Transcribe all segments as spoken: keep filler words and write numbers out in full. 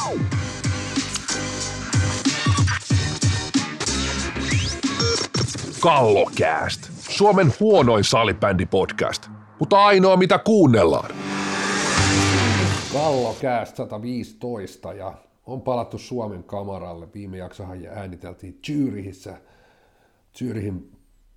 Kallokääst, Suomen huonoin salibändipodcast, mutta ainoa mitä kuunnellaan. Kallokääst sata viisitoista ja on palattu Suomen kamaralle. Viime jaksohan ääniteltiin Zürichissä, Zürichin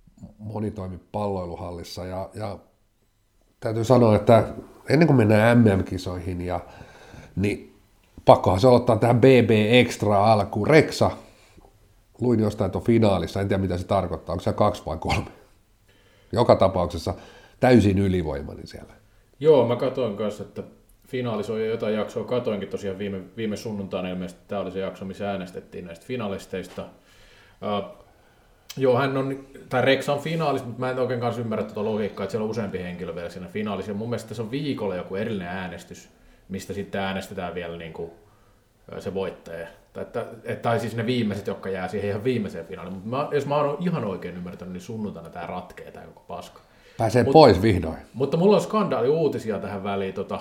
monitoimipalloiluhallissa ja, ja täytyy sanoa, että ennen kuin mennään M M-kisoihin, ja, niin pakkohan se ottaa tähän B B Extra alkuun. Reksa, luin jostain tuon finaalissa, en tiedä mitä se tarkoittaa, onko se kaksi vai kolme? Joka tapauksessa täysin ylivoimainen siellä. Joo, mä katsoin kanssa, että finaalissa on jotain jaksoa, katoinkin tosiaan viime, viime sunnuntaina ilmeisesti, tämä oli se jakso, missä äänestettiin näistä finalisteista. Uh, joo, hän on, tai Reksa on finaalissa, mutta mä en oikein kanssa ymmärrä tuota logiikkaa, että siellä on useampi henkilö vielä siinä finaalissa. Ja mun mielestä tässä on viikolla joku erillinen äänestys, mistä sitten äänestetään vielä niin kuin se voittaja. Tai, tai, tai siis ne viimeiset, jotka jää siihen ihan viimeiseen finaaliin. Mutta mä, jos mä oon ihan oikein ymmärtänyt, niin sunnuntaina tämä ratkee, tämä koko paska. Pääsee Mut, pois vihdoin. Mutta mulla on skandaali-uutisia tähän väliin. Tota,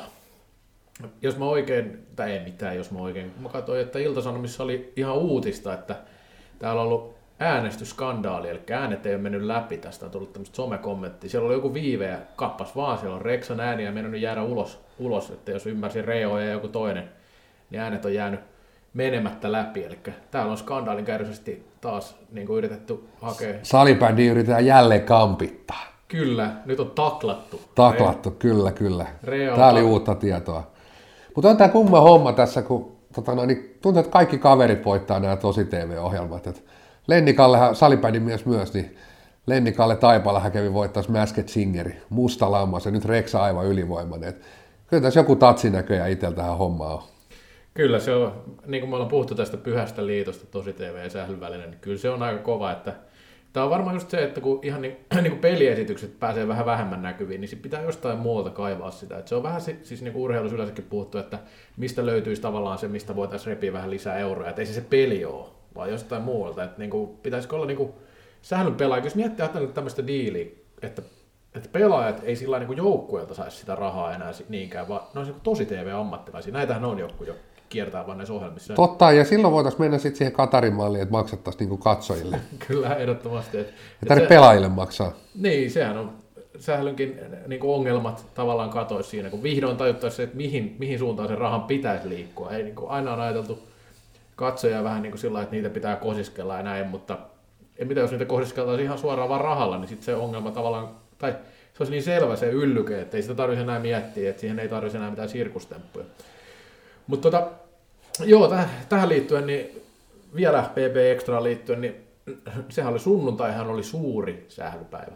jos mä oikein, tai ei mitään, jos mä oikein, mä katsoin, että Ilta-Sanomissa oli ihan uutista, että täällä on ollut äänestysskandaali, eli äänet ei ole mennyt läpi, tästä on tullut tämmöistä somekommenttia. Siellä oli joku viive ja kappas vaan, siellä on Reksan ääni ja mennyt jäädä ulos, ulos, että jos ymmärsin Reo ja joku toinen, niin äänet on jäänyt menemättä läpi, eli täällä on skandaalinkäytöisesti taas niin kuin yritetty hakea. Salibändi yritetään jälleen kampittaa. Kyllä, nyt on taklattu. Taklattu, Reo. kyllä, kyllä. Reo Tämä oli tak- uutta tietoa. Mutta on tämä kumma homma tässä, kun tota noin, niin tuntuu, että kaikki kaverit voittaa nämä tosi T V-ohjelmat. Et Lennikallehan, salibändin mies myös, niin Lennikalle Taipalehän kävi voittaa Masked Singeri, musta lammas, ja nyt Reksa aivan ylivoimainen. Et kyllä tässä joku tatsinäköjä itsellä tähän hommaan on. Kyllä se on, niin kuin me ollaan puhuttu tästä pyhästä liitosta tosi T V ja sählyn välinen, niin kyllä se on aika kova, että tämä on varmaan just se, että kun ihan niin, niin kuin peliesitykset pääsee vähän vähemmän näkyviin, niin sit pitää jostain muualta kaivaa sitä. Et se on vähän siis niin kuin urheilussa yleensäkin puhuttu, että mistä löytyisi tavallaan se, mistä voitaisiin repiä vähän lisää euroja, että ei se se peli ole, vaan jostain muualta. Että niin kuin, pitäisikö olla niin kuin sählyn pelaajia, jos miettii tämmöistä diiliä, että, että pelaajat ei sillä niin joukkueelta saisi sitä rahaa enää niinkään, vaan ne on niin tosi T V-ammattilaisia. Näitähän on joku jo. Kiertää vaan näissä ohjelmissa. Totta, ja silloin voitaisiin mennä sitten siihen Katarin malliin, että maksettaisiin niinku katsojille. Kyllä, ehdottomasti. Että, ei tarvitse pelaajille maksaa. Niin, sehän on sählynkin niinku ongelmat tavallaan katoisi siinä, kun vihdoin tajuttaisiin, että mihin, mihin suuntaan sen rahan pitäisi liikkua. Ei, niinku, aina on ajateltu katsojia vähän niin kuin sillä, että niitä pitää kosiskella ja näin, mutta mitä jos niitä kosiskeltaisiin ihan suoraan vaan rahalla, niin sitten se ongelma tavallaan, tai se olisi niin selvä se yllyke, että ei sitä tarvitse enää miettiä, että siihen ei tarvitse enää mitään sirkustemppuja. Mutta tota, joo, täh, tähän liittyen, niin vielä B B Extraan liittyen, niin sehän oli sunnuntaihan oli suuri sählypäivä.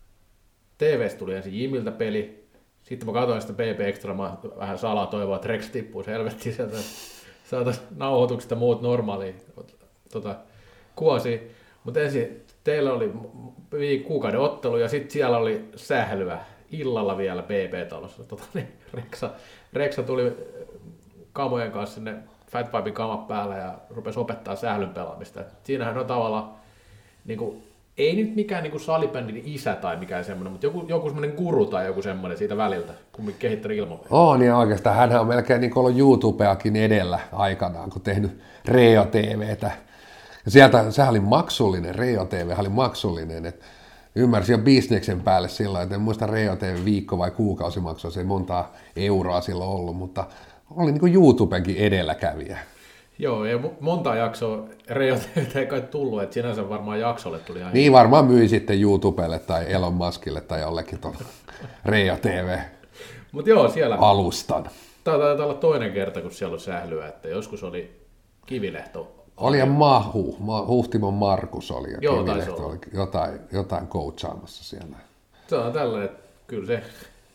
T V:stä tuli ensin Jimiltä peli, sitten mä katsoin sitä B B Extraa, mä vähän salaa toivoa, että Rex tippuisi helvettiin sieltä, saataisiin nauhoitukset ja muut normaalia tota, kuosia. Mutta ensin teillä oli kuukauden ottelu ja sitten siellä oli sählyä illalla vielä B B-talossa. Tota, niin Reksa, Reksa tuli kamojen kanssa sinne Fat Fivin kamat päällä ja rupesi opettaa sählyn pelaamista. Et siinähän on tavallaan, niin kuin, ei nyt mikään niin salibändin isä tai mikään semmoinen, mutta joku, joku semmoinen guru tai joku semmoinen siitä väliltä, kun kehittänyt ilmoja. Oo, niin oikeastaan. Hänhän on melkein niin ollut YouTubeakin edellä aikanaan, kun tehnyt Reo T V:tä. Ja sieltä, sehän oli maksullinen, Reo T V oli maksullinen. Et ymmärsin jo bisneksen päälle silloin, että en muista Reo T V viikko vai kuukausi maksua, se ei montaa euroa silloin ollut, mutta oli niin kuin YouTubenkin edelläkävijä. Joo, ja monta jaksoa Reo T V:tä ei kai tullut, että sinänsä varmaan jaksolle tuli ihan... Niin varmaan myi sitten YouTubelle tai Elon Muskille tai jollekin tuon Reo T V Mut joo, siellä... alustan. Tämä taitaa olla toinen kerta, kun siellä on sählyä, että joskus oli Kivilehto. Oli ja Mahu, Huhtimon Markus oli ja joo, Kivilehto oli jotain, jotain coachaamassa siellä. Se on tällainen, että kyllä se...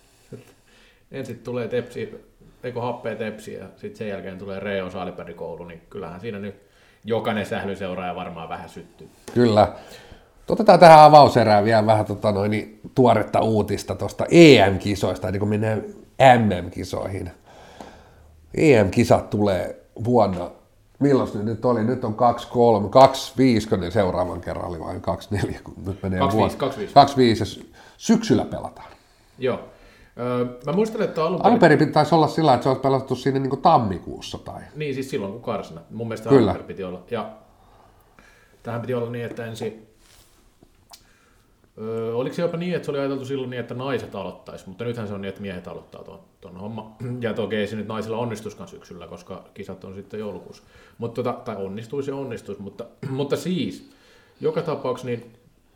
Ensin tulee tepsi... eikö happea tepsi ja sitten sen jälkeen tulee Reon salibändikoulu, niin kyllähän siinä nyt jokainen sählyseuraaja varmaan vähän syttyy. Kyllä. Otetaan tähän avauserään vielä vähän tota noin, niin, tuoretta uutista tuosta E M-kisoista, niin kun mennään M M-kisoihin. E M-kisat tulee vuonna, milloin ne nyt oli? Nyt on kaksi kolme, kaksi viisi, kun ne seuraavan kerran oli vain kaksi neljä, kun nyt menee vuonna. kaksi viisi. kaksi viisi ja syksyllä pelataan. Joo. Öö, mä muistelen, että alun perin... Alun perin taisi olla sillä, että se olisi pelattu sinne niin kuin tammikuussa tai... Niin, siis silloin kun karsina. Mun mielestä Kyllä. alun piti olla. Ja tähän piti olla niin, että ensin... Öö, oliko se jopa niin, että se oli ajateltu silloin niin, että naiset aloittaisi, mutta nythän se on niin, että miehet aloittaa tuon, tuon homma. Ja toki ei se nyt naisilla onnistuskaan syksyllä, koska kisat on sitten joulukuussa. Mut tota, tai onnistuisi ja onnistuisi, mutta, mutta siis, joka tapauksessa niin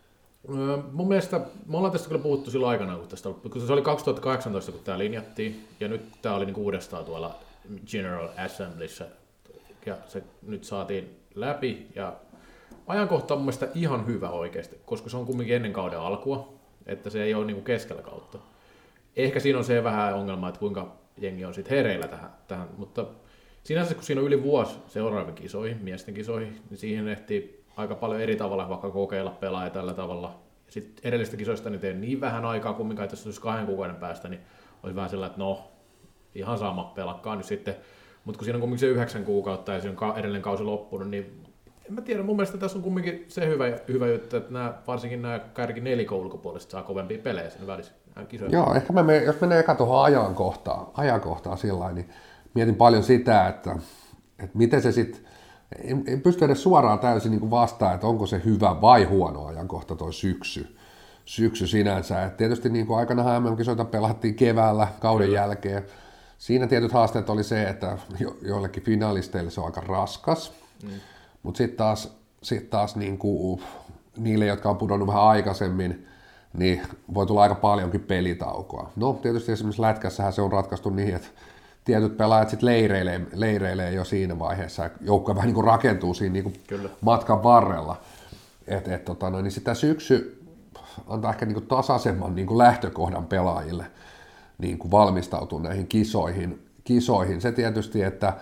öö, mun mielestä, me ollaan tästä kyllä puhuttu silloin aikanaan, kun tästä oli, kun se oli kaksituhattakahdeksantoista, kun tämä linjattiin, ja nyt tämä oli niinku uudestaan tuolla General Assemblyssä, ja se nyt saatiin läpi, ja ajankohta on mun mielestä ihan hyvä oikeasti, koska se on kumminkin ennen kauden alkua, että se ei ole niinku keskellä kautta. Ehkä siinä on se vähän ongelma, että kuinka jengi on sitten hereillä tähän, tähän, mutta sinänsä kun siinä on yli vuosi seuraaviin kisoihin, miesten kisoihin, niin siihen ehtii aika paljon eri tavalla vaikka kokeilla pelaajia tällä tavalla. Sitten edellisistä kisoista niin tein niin vähän aikaa kumminkaan, että jos olisi kahden kuukauden päästä, niin olisi vähän sellainen, että no, ihan sama, pelakkaa nyt sitten. Mutta kun siinä on kumminkin se yhdeksän kuukautta ja siinä on edellinen kausi loppunut, niin en mä tiedä, mun mielestä tässä on kumminkin se hyvä, hyvä juttu, että nämä, varsinkin nämä kärki nelikon ulkopuoliset saa kovempia pelejä siinä välissä. Joo, ehkä me, jos menee eka tuohon ajankohtaan, ajankohtaan sillä niin mietin paljon sitä, että, että miten se sitten, en, en pysty edes suoraan täysin niin vastaan, että onko se hyvä vai huono ajankohta toi syksy, syksy sinänsä. Et tietysti niin kuin aikana M M-kisoita pelattiin keväällä kauden Kyllä. jälkeen. Siinä tietyt haasteet oli se, että jo, joillekin finalisteille se on aika raskas, mm. mutta sitten taas, sit taas niin kuin niille, jotka on pudonnut vähän aikaisemmin, niin voi tulla aika paljonkin pelitaukoa. No tietysti esimerkiksi lätkässähän se on ratkaistu niin, että tietyt pelaajat sitten leireilee, leireilee jo siinä vaiheessa, joukko vähän niin kuin rakentuu siinä niin kuin matkan varrella. Et, et, tota, no, niin sitä syksy antaa ehkä niin kuin tasaisemman niin kuin lähtökohdan pelaajille niin kuin valmistautua näihin kisoihin. kisoihin. Se tietysti, että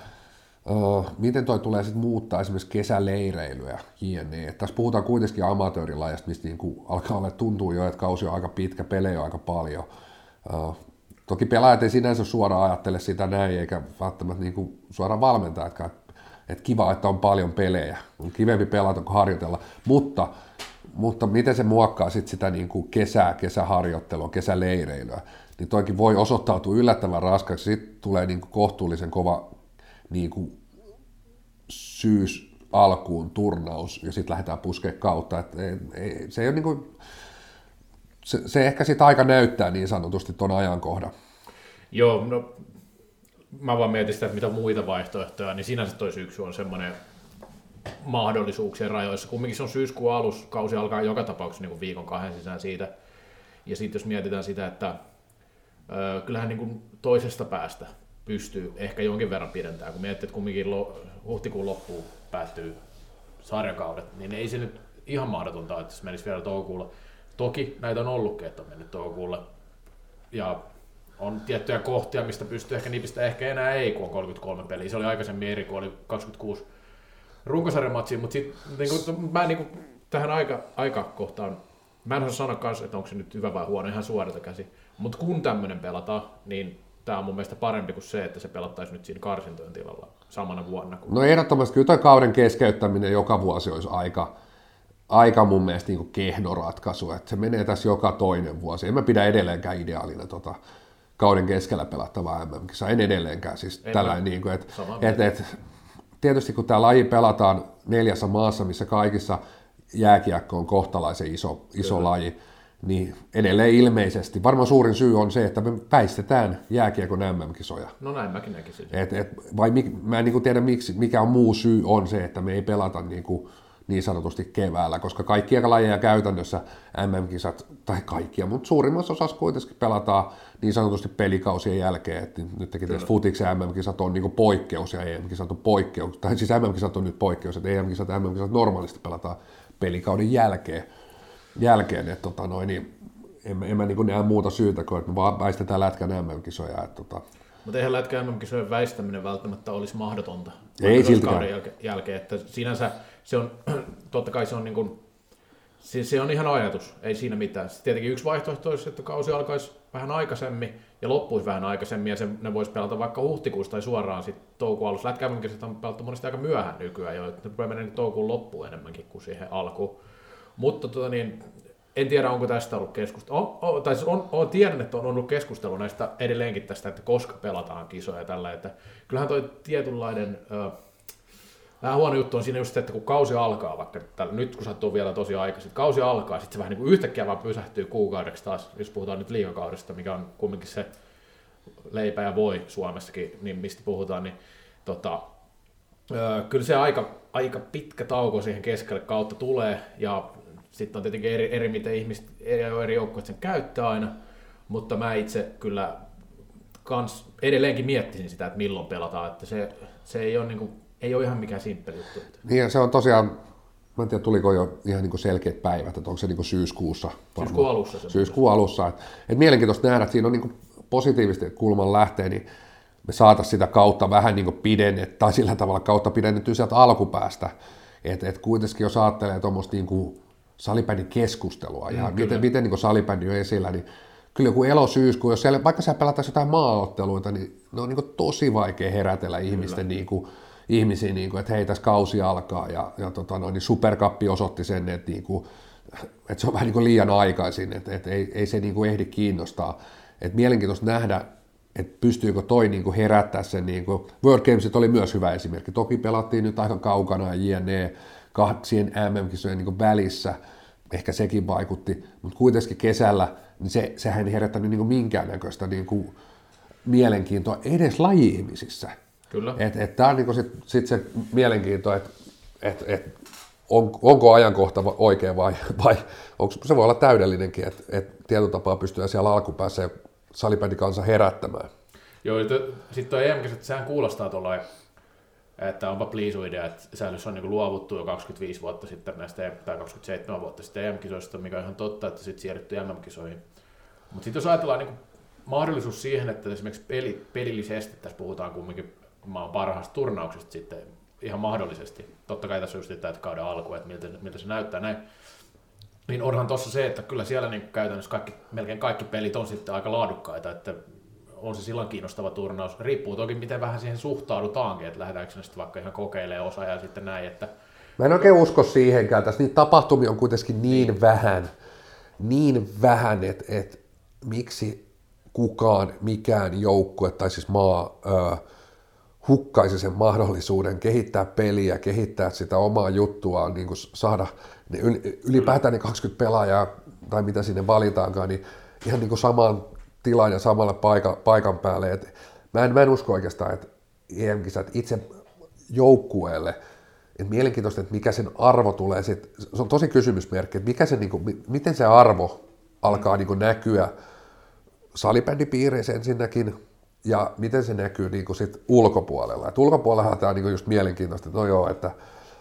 Uh, miten toi tulee sitten muuttaa esimerkiksi kesäleireilyä, jne. Tässä puhutaan kuitenkin amatöörilajasta, mistä niinku alkaa olla tuntuu jo, että kausi on aika pitkä, pelejä on aika paljon. Uh, toki pelaajat ei sinänsä suoraan ajattele sitä näin, eikä välttämättä niinku suoraan valmentajatkaan, että et kiva, että on paljon pelejä, on kivempi pelata kuin harjoitella, mutta, mutta miten se muokkaa sit sitä niinku kesää, kesäharjoittelua, kesäleireilyä, niin toikin voi osoittautua yllättävän raskaaksi, sitten tulee niinku kohtuullisen kova niin kuin syys alkuun turnaus ja sitten lähdetään puskemaan kautta. Et ei, ei, se, ei ole niin kuin, se, se ehkä sitten aika näyttää niin sanotusti tuon ajankohdan. Joo, no mä vaan mietin sitä, että mitä muita vaihtoehtoja, niin sinänsä toi syksy on semmoinen mahdollisuuksien rajoissa. Kumminkin se on syyskuun alus, kausi alkaa joka tapauksessa niin kuin viikon kahden sisään siitä. Ja sitten jos mietitään sitä, että ö, kyllähän niin kuin toisesta päästä pystyy ehkä jonkin verran pidentämään, kun miettii, että kumminkin lo, huhtikuun loppuun päättyy sarjakaudet, niin ei se nyt ihan mahdotonta, että se menisi vielä toukokuulla. Toki näitä on ollutkin, että on mennyt toukokuulle, ja on tiettyjä kohtia, mistä pystyy ehkä nipistä, ehkä enää ei, kun on kolmekymmentäkolme peliä. Se oli aikaisemmin eri, kun oli kaksikymmentäkuusi runkosarjamatsiä, mutta sitten niin mä niin kuin, tähän aika, aikakohtaan, mä en osaa sanoa kanssa, että onko se nyt hyvä vai huono, ihan suorilta käsi, mutta kun tämmöinen pelataan, niin tämä on mun mielestä parempi kuin se, että se pelattaisi nyt siinä karsintojen tilalla samana vuonna. Kun... No ehdottomasti kyllä tämän kauden keskeyttäminen joka vuosi olisi aika, aika mun mielestä niin kehno ratkaisu, että se menee tässä joka toinen vuosi. En mä pidä edelleenkään ideaalina tota kauden keskellä pelattavaa M M-kisaa, en edelleenkään. Siis tällainen, niin kuin, että, että, että, tietysti kun tämä laji pelataan neljässä maassa, missä kaikissa jääkiekko on kohtalaisen iso, iso laji, niin edelleen ilmeisesti. Varmaan suurin syy on se, että me väistetään jääkiekon M M-kisoja. No näin mäkin näkisin. Et, et, vai mik, mä en niin tiedä, miksi, mikä on muu syy on se, että me ei pelata niin, kuin, niin sanotusti keväällä, koska kaikkia lajeja käytännössä M M-kisat, tai kaikkia, mutta suurimmassa osassa kuitenkin pelataan niin sanotusti pelikausien jälkeen. Et nyt tietysti futiksen M M-kisat on niin kuin poikkeus ja E M-kisat on poikkeus. Tai siis M M-kisat on nyt poikkeus, että E M-kisat ja M M-kisat normaalisti pelataan pelikauden jälkeen. jälkeen, että tota noin, niin en, en mä niin näe muuta syytä kuin, että me vaan väistetään lätkän M M-kisoja. Tota. Mutta eihän lätkän M M-kisojen väistäminen välttämättä olisi mahdotonta. Ei siltikään. Jälke- jälkeen, että sinänsä se on, totta kai se on niin kuin, se, se on ihan ajatus, ei siinä mitään. Sitten tietenkin yksi vaihtoehto olisi, että kausi alkaisi vähän aikaisemmin ja loppuisi vähän aikaisemmin ja se, ne voisi pelata vaikka huhtikuussa tai suoraan sitten toukokuun alussa. Lätkän M M-kisat on pelattu monesti aika myöhään nykyään jo, että ne voi mennä toukokuun loppuun enemmänkin kuin siihen alkuun. Mutta tota niin, en tiedä, onko tästä ollut keskustelua. On, on, tai siis on, on, tiedän, että on ollut keskustelua näistä edelleenkin tästä, että koska pelataan kisoja ja tällä. Että kyllähän toi tietynlainen... Ö, vähän huono juttu on siinä just se, että kun kausi alkaa, vaikka tällä, nyt kun sattuu vielä tosi aikaisin, kausi alkaa, sitten se vähän niin kuin yhtäkkiä vaan pysähtyy kuukaudeksi taas, jos puhutaan nyt liigakaudesta, mikä on kumminkin se leipä ja voi Suomessakin, niin mistä puhutaan, niin tota, ö, kyllä se aika, aika pitkä tauko siihen keskelle kautta tulee, ja sitten on tietenkin eri, eri miten ihmiset, eri, eri joukkueet sen käyttää aina, mutta mä itse kyllä kans edelleenkin miettisin sitä, että milloin pelataan, että se, se ei ole niin kuin, ei ole ihan mikään simppeli juttu. Niin, se on tosiaan, mä en tiedä tuliko jo ihan niin kuin selkeät päivät, että onko se niin kuin syyskuussa. Syyskuun alussa. Se syyskuun alussa. Että, että mielenkiintoista nähdä, että siinä on niin kuin positiivisesti kulman lähtee, niin me saataisiin sitä kautta vähän niin kuin pidennettyä, tai sillä tavalla kautta pidennettyä sieltä alkupäästä. Että et kuitenkin jos ajattelee tuommoista niin kuin salibändin keskustelua, ja mm, miten, miten niin kuin salibändi on esillä, niin kyllä joku elo-syyskuu, jos siellä, vaikka siellä pelattaisiin jotain maaotteluita, niin ne on niin kuin tosi vaikea herätellä ihmisten niin kuin, ihmisiä, niin kuin, että hei, tässä kausi alkaa, ja, ja tota, no, niin Supercuppi osoitti sen, että, niin kuin, että se on vähän niin kuin liian aikaisin, että, että ei, ei se niin kuin ehdi kiinnostaa. Että mielenkiintoista nähdä, että pystyykö toi niin kuin herättää sen, niin kuin World Gamesit oli myös hyvä esimerkki, toki pelattiin nyt aika kaukana ja jne, kahtsien M M-kisojen niin kuin välissä, ehkä sekin vaikutti, mutta kuitenkin kesällä, niin se, sehän ei herättänyt niin kuin minkäännäköistä niin kuin mielenkiintoa edes laji-ihmisissä. Kyllä. Että et, tämä on niinku sitten sit se mielenkiinto, että et, et, on, onko ajankohta oikea vai, vai onko se voi olla täydellinenkin, että et tietyllä tapaa pystyy siellä alkupäässä salibändikansa herättämään. Joo, sitten tuo E M-kisat, sehän kuulostaa tuollainen, että onpa pliisu idea, että säännössä on niinku luovuttu jo kaksikymmentäviisi vuotta sitten näistä, tai kaksikymmentäseitsemän vuotta sitten E M-kisoista, mikä on ihan totta, että sitten siirrytty M M-kisoihin. Mutta sitten jos ajatellaan niinku mahdollisuus siihen, että esimerkiksi peli, pelillisesti tässä puhutaan kumminkin maan parhaasta turnauksesta sitten ihan mahdollisesti. Totta kai tässä on just tämä kauden alku, että miltä, miltä se näyttää näin. Niin onhan tuossa se, että kyllä siellä niin käytännössä kaikki, melkein kaikki pelit on sitten aika laadukkaita, että on se silloin kiinnostava turnaus. Riippuu toki miten vähän siihen suhtaudutaankin, että lähdetäänkö ne sitten vaikka ihan kokeilemaan osaa ja sitten näin. Että... Mä en oikein usko siihenkään. Tässä niitä tapahtumia on kuitenkin niin, niin. vähän, niin vähän, että, että miksi kukaan, mikään joukkue tai siis maa öö, hukkaisi sen mahdollisuuden kehittää peliä, kehittää sitä omaa juttuaan, niin kuin saada ne ylipäätään ne kaksikymmentä pelaajaa tai mitä sinne valitaankaan, niin ihan niin kuin samaan tilaan ja samalle paikan, paikan päälle. Et mä, en, mä en usko oikeastaan, että E M-kisat itse joukkueelle, että mielenkiintoista, että mikä sen arvo tulee, sit, se on tosi kysymysmerkki, että mikä se, niin kuin, miten se arvo alkaa niin kuin näkyä salibändipiireissä ensinnäkin, ja miten se näkyy niin kuin sit ulkopuolella. Et ulkopuolella tämä on niin kuin just mielenkiintoista, että no joo, että,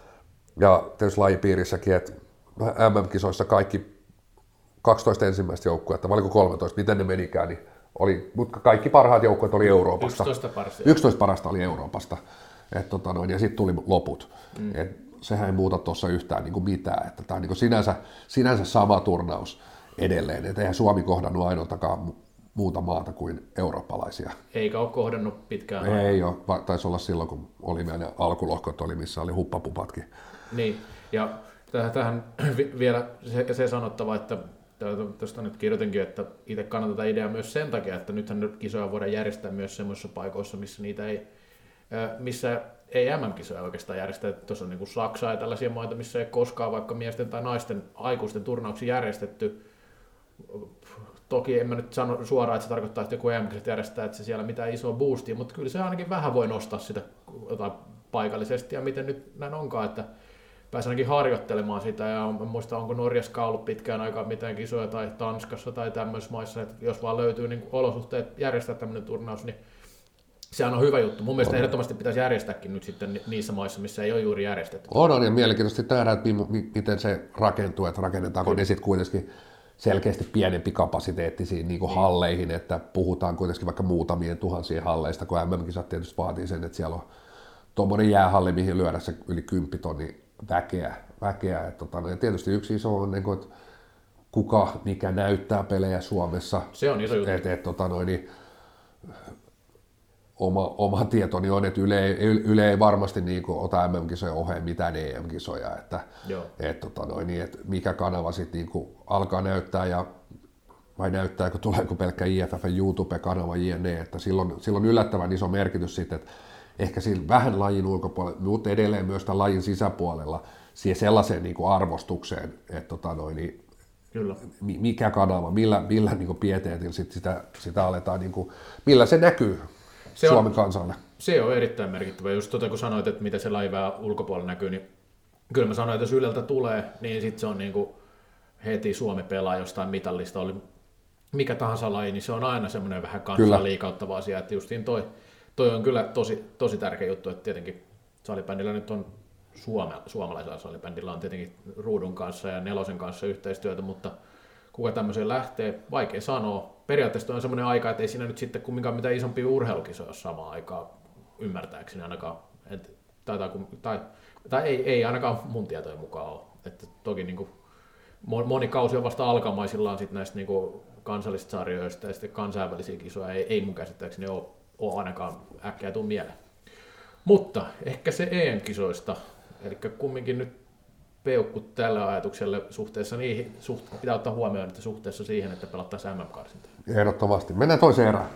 ja tietysti lajipiirissäkin, että M M-kisoissa kaikki kaksitoista ensimmäistä joukkuetta, vai oliko kolmetoista, miten ne menikään, niin oli, mutta kaikki parhaat joukkueet oli Euroopasta. yksitoista parasta. yksitoista parasta oli Euroopasta, et, tota noin, ja sitten tuli loput. Mm. Et, sehän ei muuta tuossa yhtään niin kuin mitään, että tämä on niin kuin sinänsä, sinänsä sama turnaus edelleen, että eihän Suomi kohdannut ainoatakaan muuta maata kuin eurooppalaisia. Eikä ole kohdannut pitkään. Ei ole, taisi olla silloin, kun oli meidän alkulohkot, oli, missä oli huppapupatkin. Niin, ja tähän vielä se, se sanottava, että tuosta nyt kirjoitinkin, että itse kannatan tätä ideaa myös sen takia, että nythän nyt kisoja voidaan järjestää myös semmoisissa paikoissa, missä niitä ei, missä ei M M-kisoja oikeastaan järjestetä. Tuossa on niin kuin Saksa ja tällaisia maita, missä ei koskaan vaikka miesten tai naisten aikuisten turnauksia järjestetty. Toki en mä nyt sano suoraan, että se tarkoittaa, että joku E M-kisat järjestää, että se siellä mitään isoa boostia, mutta kyllä se ainakin vähän voi nostaa sitä jotain paikallisesti, ja miten nyt näin onkaan, että pääsee ainakin harjoittelemaan sitä, ja en muista, onko Norjassa ollut pitkään aikaa mitään kisoja, tai Tanskassa tai tämmöisissä maissa, että jos vaan löytyy niin olosuhteet järjestää tämmöinen turnaus, niin sehän on hyvä juttu. Mun mielestä ehdottomasti pitäisi järjestääkin nyt sitten niissä maissa, missä ei ole juuri järjestetty. On, on ja mielenkiintoisesti nähdään, että miten se rakentuu, että rakennetaanko ne sitten kuitenkin selkeästi pienempi kapasiteettisiin niin kuin halleihin, että puhutaan kuitenkin vaikka muutamien tuhansien halleista, kun M M-kisat tietysti vaatii sen, että siellä on tuommoinen jäähalli, mihin lyödä se yli kymmenen tonni väkeä. väkeä. Että, tota, ja tietysti yksi iso on, niin kuin, että kuka, mikä näyttää pelejä Suomessa. Se on iso juttu. Et, et, tota, noin, niin, oma, oma tietoni on, että Yle, Yle ei varmasti niin kuin ota M M-kisoja oheen mitään E M-kisoja, että et, tota noin, niin, et mikä kanava sitten niin alkaa näyttää ja vai näyttääkö, tuleeko pelkkä I F F:n YouTube-kanava jne, että silloin, silloin yllättävän iso merkitys sitten, että ehkä siinä vähän lajin ulkopuolella, mutta edelleen myös tämän lajin sisäpuolella siihen sellaiseen niin kuin arvostukseen, että tota noin, niin Kyllä. mikä kanava, millä, millä niin kuin pieteetillä sit sitä, sitä aletaan, niin kuin, millä se näkyy se Suomen on, kansalle. Se on erittäin merkittävä. Just tuota, kun sanoit, että mitä se laji vähän ulkopuolella näkyy, niin kyllä mä sanoin, että jos Yleltä tulee, niin sitten se on niin kuin heti Suomi pelaa jostain mitallista, oli mikä tahansa laji, niin se on aina semmoinen vähän kansaa liikauttava asia, että justiin toi, toi on kyllä tosi, tosi tärkeä juttu, että tietenkin salibändillä nyt on Suome, suomalaisella salibändillä on tietenkin Ruudun kanssa ja Nelosen kanssa yhteistyötä, mutta kuka tämmöiseen lähtee, vaikea sanoa. Periaatteessa on semmoinen aika, että ei siinä nyt sitten kumminkaan mitään isompia urheilukisoja samaan aikaan ymmärtääkseni ainakaan, et, tai, tai, tai, tai ei, ei ainakaan mun tietojen mukaan ole. Että toki niin kuin, moni kausi on vasta alkamaisillaan sit näistä niin kuin kansallisista sarjoista ja sitten kansainvälisiä kisoja ei, ei mun käsittääkseni ole, ole ainakaan äkkiä tuu mieleen. Mutta ehkä se E M-kisoista, eli kumminkin nyt peukku tällä ajatuksella suhteessa niihin, suht, pitää ottaa huomioon, että suhteessa siihen, että pelattaisiin M M-karsintaa. Ehdottomasti. Mennään toiseen erään.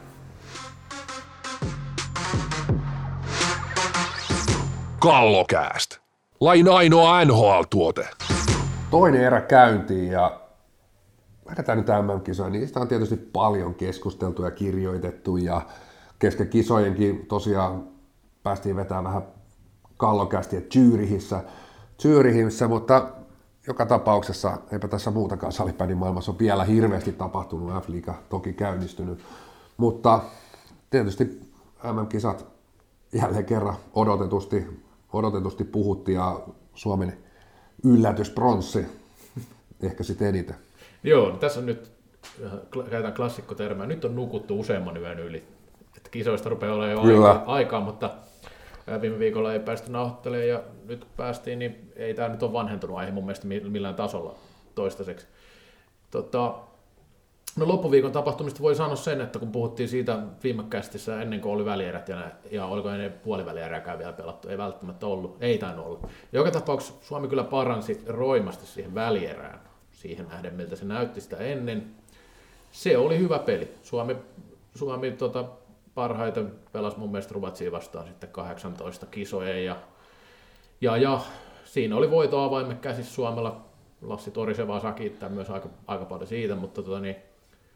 Kallokääst. Lain ainoa N H L-tuote. Toinen erä käyntiin ja lähdetään nyt M M-kisoja. Niistä on tietysti paljon keskusteltu ja kirjoitettu ja kesken kisojenkin tosiaan päästiin vetämään vähän Kallokästiä Zürichissä, Zürichissä, mutta joka tapauksessa eipä tässä muutakaan salibändin maailmassa on vielä hirveästi tapahtunut, F-liiga toki käynnistynyt, mutta tietysti M M-kisat jälleen kerran odotetusti, odotetusti puhuttiin ja Suomen yllätyspronssi ehkä sitten eniten. Joo, no tässä on nyt, käytetään klassikkotermää, nyt on nukuttu useamman yön yli, että kisoista rupeaa olemaan jo aikaa, aikaa, mutta viime viikolla ei päästy nauhoittelemaan ja nyt kun päästiin, niin ei tämä nyt ole vanhentunut aihe mun mielestä millään tasolla toistaiseksi. Tota, no loppuviikon tapahtumista voi sanoa sen, että kun puhuttiin siitä viime kästissä ennen kuin oli välierät ja, ja oliko ennen puolivälierääkään vielä pelattu, ei välttämättä ollut, ei tainnut olla. Joka tapauksessa Suomi kyllä paransi roimasti siihen välierään, siihen nähden miltä se näytti sitä ennen. Se oli hyvä peli. Suomi, Suomi tota, parhaiten pelasi mun mielestä Ruotsia vastaan sitten kahdeksantoista kisojen ja, ja, ja siinä oli voitoavaimet käsissä Suomella. Lassi Torisevaa saa kiittää myös aika, aika paljon siitä, mutta tota niin,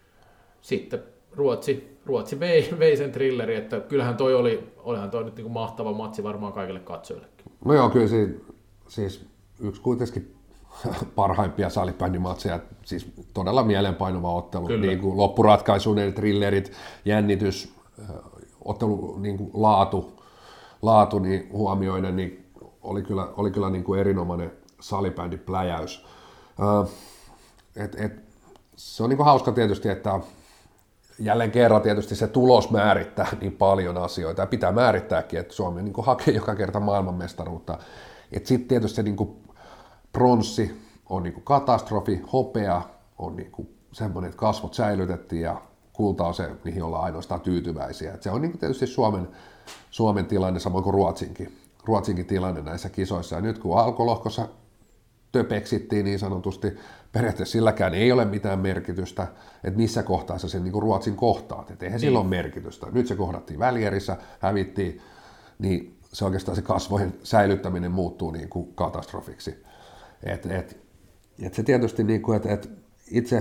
sitten Ruotsi, Ruotsi vei, vei sen thrilleri, että kyllähän toi oli, olihan toi nyt niin kuin mahtava matsi varmaan kaikille katsojillekin. No joo, kyllä siinä, siis yksi kuitenkin parhaimpia salibändimatseja, siis todella mielenpainuva ottelu, niin kuin loppuratkaisuinen, thrillerit, jännitys, ottelu niin kuin laatu, laatu niin huomioiden, niin oli kyllä, oli kyllä niin kuin erinomainen salibändipläjäys. Uh, et, et, se on niin kuin hauska tietysti, että jälleen kerran tietysti se tulos määrittää niin paljon asioita, ja pitää määrittääkin, että Suomi niin kuin hakee joka kerta maailmanmestaruutta. Sitten tietysti se niin kuin pronssi on niin kuin katastrofi, hopea on niin kuin semmoinen, että kasvot säilytettiin, ja kulta on se, mihin ollaan ainoastaan tyytyväisiä. Et se on niin kuin tietysti Suomen, Suomen tilanne, samoin kuin Ruotsinkin, Ruotsinkin tilanne näissä kisoissa. Ja nyt kun alkulohkossa töpeksittiin niin sanotusti, periaatteessa silläkään ei ole mitään merkitystä, että missä kohtaa sä sen niin kuin Ruotsin kohtaat, että eihän niin. Sillä ole merkitystä. Nyt se kohdattiin välierissä, hävittiin, niin se oikeastaan se kasvojen säilyttäminen muuttuu niin kuin katastrofiksi. Et, et, et se tietysti, niin kuin, että et itse,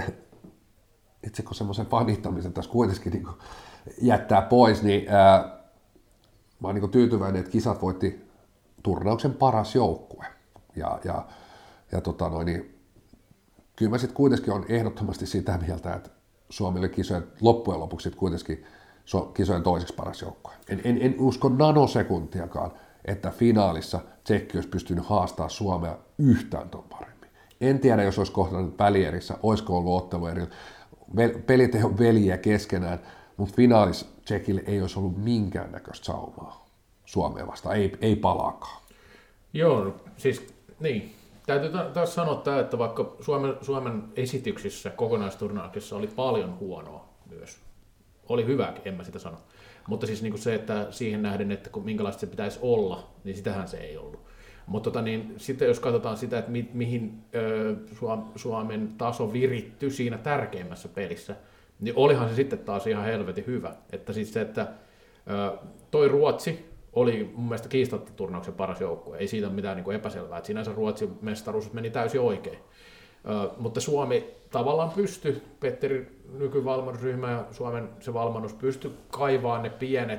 itse kun semmoisen fanittamisen tässä kuitenkin niin kuin jättää pois, niin ää, mä oon niin kuin tyytyväinen, että kisat voitti turnauksen paras joukkue. Ja, ja, ja tota noin, niin, kyllä mä sitten kuitenkin on ehdottomasti sitä mieltä, että Suomi oli kisojen loppujen lopuksi kuitenkin kisojen toiseksi paras joukkue. En, en, en usko nanosekuntiakaan, että finaalissa Tsekki olisi pystynyt haastamaan Suomea yhtään ton paremmin. En tiedä, jos olisi kohdannut välierissä, olisiko ollut ottelu eri. Pelit ei ole veljiä keskenään, mutta finaalissa Tsekille ei olisi ollut minkäännäköistä saumaa Suomea vastaan, ei, ei palaakaan. Joo, siis niin. Täytyy taas sanoa tämä, että vaikka Suomen, Suomen esityksissä kokonaisturnauksessa oli paljon huonoa myös, oli hyvääkin, en mä sitä sano, Mutta siis niin kuin se, että siihen nähden, että kun, minkälaista se pitäisi olla, niin sitähän se ei ollut. Mutta tota, niin, sitten jos katsotaan sitä, että mi, mihin ö, Suomen taso virittyi siinä tärkeimmässä pelissä, niin olihan se sitten taas ihan helvetin hyvä. Että siis se, että ö, toi Ruotsi oli mun mielestä kiistatta turnauksen paras joukkue. Ei siitä ole mitään niin kuin epäselvää. Että sinänsä Ruotsin mestaruus meni täysin oikein. Ö, mutta Suomi tavallaan pystyi, Petteri nykyvalmennusryhmä ja Suomen se valmennus pystyi kaivaamaan ne pienet,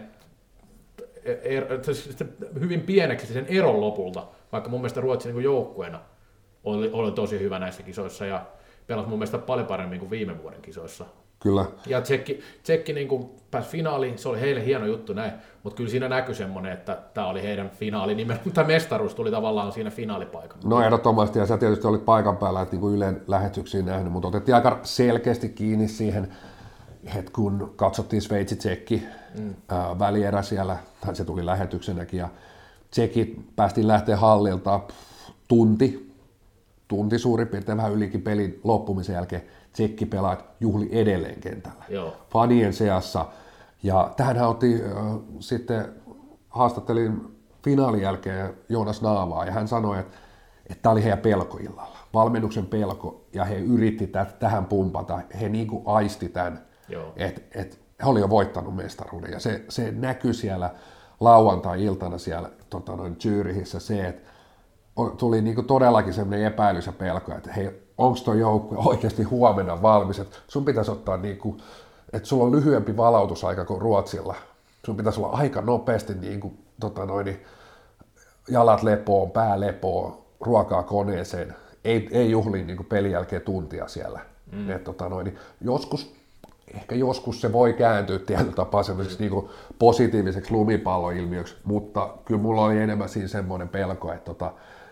er, hyvin pieneksi sen eron lopulta, vaikka mun mielestä Ruotsi niin joukkueena oli, oli tosi hyvä näissä kisoissa ja pelasi mun mielestä paljon paremmin kuin viime vuoden kisoissa. Kyllä. Ja Tsekki, Tsekki niin kuin pääsi finaaliin, se oli heille hieno juttu näin, mutta kyllä siinä näkyi semmoinen, että tämä oli heidän finaali nimenomaan, tämä mestaruus tuli tavallaan siinä finaalipaikalla. No ehdottomasti, ja sä tietysti olit paikan päällä, että niin kuin Ylen lähetyksiin nähnyt, mutta otettiin aika selkeästi kiinni siihen, että kun katsottiin Sveitsi-Tsekki mm. ää, välierä siellä, tai se tuli lähetyksenäkin, ja Tsekit päästiin lähteä hallilta tunti, tunti suurin piirtein vähän ylikin pelin loppumisen jälkeen, Tsekki pelaat juhli edelleen kentällä, Joo. fanien seassa, ja tähänhän otti äh, sitten, haastattelin finaalin jälkeen Joonas Naavaa, ja hän sanoi, että että tämä oli heidän pelkoillalla, valmennuksen pelko, ja he yritti täh- tähän pumpata, he niin kuin aisti tämän, että et, he oli jo voittanut mestaruuden, ja se, se näkyi siellä lauantai-iltana siellä tota noin Zürichissä se, että tuli niin kuin todellakin sellainen epäilys ja pelko, että hei, onko tuo joukkue oikeasti huomenna valmis, että sun pitäisi ottaa niin kuin, että sulla on lyhyempi valautusaika kuin Ruotsilla, sun pitäisi olla aika nopeasti niin kuin, tota noin, jalat lepoon, pää lepoon, ruokaa koneeseen, ei, ei juhliin niin kuin pelin jälkeen tuntia siellä. Mm. Et, tota noin, joskus, ehkä joskus se voi kääntyä tietyllä tapaa semmoiseksi niin kuin positiiviseksi lumipalloilmiöksi, mutta kyllä mulla oli enemmän siinä semmoinen pelko, että tota,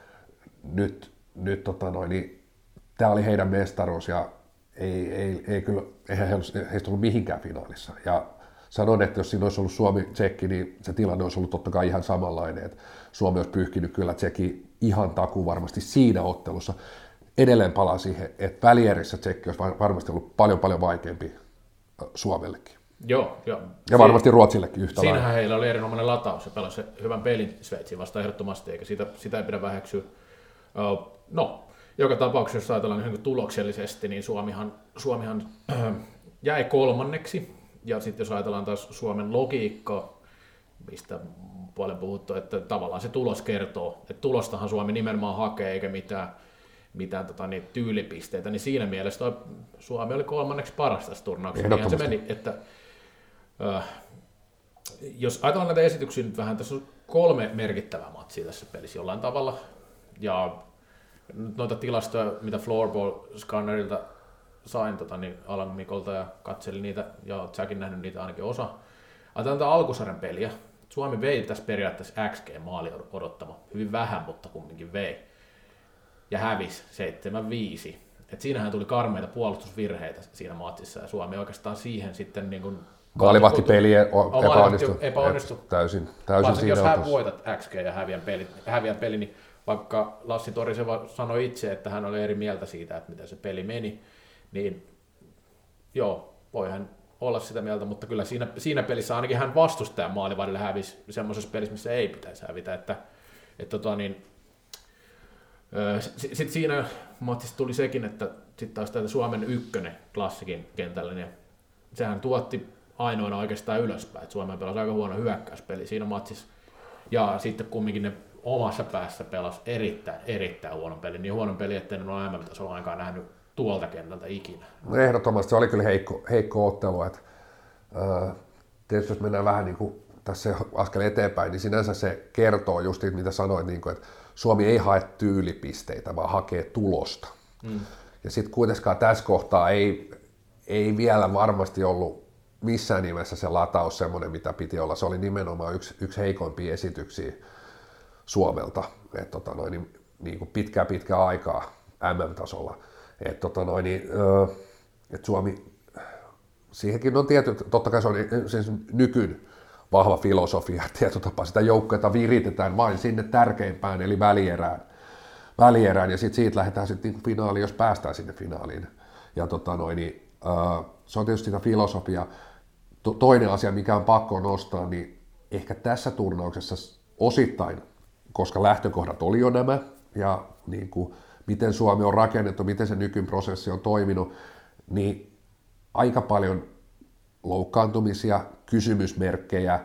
nyt, nyt tota noin, niin, tämä oli heidän mestaruus ja ei, ei, ei kyllä, eihän heistä ollut mihinkään finaalissa. Ja sanon, että jos siinä olisi ollut Suomi-Tsekki, niin se tilanne olisi ollut totta kai ihan samanlainen, että Suomi olisi pyyhkinyt kyllä Tsekki ihan takuu varmasti siinä ottelussa. Edelleen palaa siihen, että välierissä Tsekki olisi varmasti ollut paljon paljon vaikeampi Suomellekin. Joo, joo. Ja varmasti Ruotsillekin yhtä lailla. Siinähän heillä oli erinomainen lataus ja pelasi hyvän pelin Sveitsiin vastaan ehdottomasti, eikä sitä, sitä ei pidä väheksyä. No, joka tapauksessa, jos ajatellaan niin tuloksellisesti, niin Suomihan, Suomihan äh, jäi kolmanneksi. Ja sitten jos ajatellaan taas Suomen logiikkaa, mistä paljon puhuttu, että tavallaan se tulos kertoo, että tulostahan Suomi nimenomaan hakee eikä mitään, mitään tota, niitä tyylipisteitä, niin siinä mielessä Suomi oli kolmanneksi paras tässä turnauksessa. Niinhän se meni, että äh, jos ajatellaan näitä esityksiä nyt vähän, tässä on kolme merkittävää matsia tässä pelissä jollain tavalla, ja noita tilastoja, mitä Floorball-scannerilta sain tota, niin Alan Mikolta ja katselin niitä, ja säkin nähnyt niitä ainakin osa. Ajatellaan tätä alkusarjan peliä. Suomi vei tässä periaatteessa X G-maali odottama. Hyvin vähän, mutta kumminkin vei. Ja hävisi seitsemän viisi. Et siinähän tuli karmeita puolustusvirheitä siinä matsissa, ja Suomi oikeastaan siihen sitten niin kuin maalivahtipeli epäonnistui. epäonnistui. Täysin, täysin Varsinkin jos hän otus. voitat X G ja häviän peli, häviän peli, niin vaikka Lassi Toriseva sanoi itse, että hän oli eri mieltä siitä, että miten se peli meni, niin joo, voi hän olla sitä mieltä, mutta kyllä siinä, siinä pelissä ainakin hän vastustajan maalivahdille hävisi semmoisessa pelissä, missä ei pitäisi hävitä. Että, et tota niin, sitten siinä matsissa tuli sekin, että sitten taas täältä Suomen ykkönen klassikin kentällä, niin sehän tuotti ainoana oikeastaan ylöspäin, että Suomen pelasi aika huono hyökkäyspeli siinä matsissa. Ja sitten kumminkin ne omassa päässä pelasi erittäin, erittäin huonon pelin, niin huonon peli, ettei ne ole M M-tasolla ainakaan nähnyt tuolta kentältä ikinä. No ehdottomasti se oli kyllä heikko, heikko ottelu. Että, äh, tietysti jos mennään vähän niin kuin tässä askel eteenpäin, niin sinänsä se kertoo just mitä sanoit, niin kuin, että Suomi ei hae tyylipisteitä, vaan hakee tulosta. Mm. Ja sitten kuitenkaan tässä kohtaa ei, ei vielä varmasti ollut missään nimessä se lataus semmoinen, mitä piti olla. Se oli nimenomaan yksi, yksi heikoimpia esityksiä Suomelta, että tota noin, niin, niin kuin pitkää pitkää aikaa M M-tasolla. Että tota noin, niin, et Suomi, siihenkin on tietty, totta kai se on siis nykyn vahva filosofia, tietotapa, sitä joukkuetta viritetään vain sinne tärkeimpään, eli välierään, välierään ja sitten siitä lähdetään sitten niin finaaliin, jos päästään sinne finaaliin. Ja tota noin, niin, se on tietysti sitä filosofia. to, toinen asia, mikä on pakko nostaa, niin ehkä tässä turnauksessa osittain, koska lähtökohdat oli jo nämä, ja niin kuin, miten Suomi on rakennettu, miten se nykyprosessi on toiminut, niin aika paljon loukkaantumisia, kysymysmerkkejä,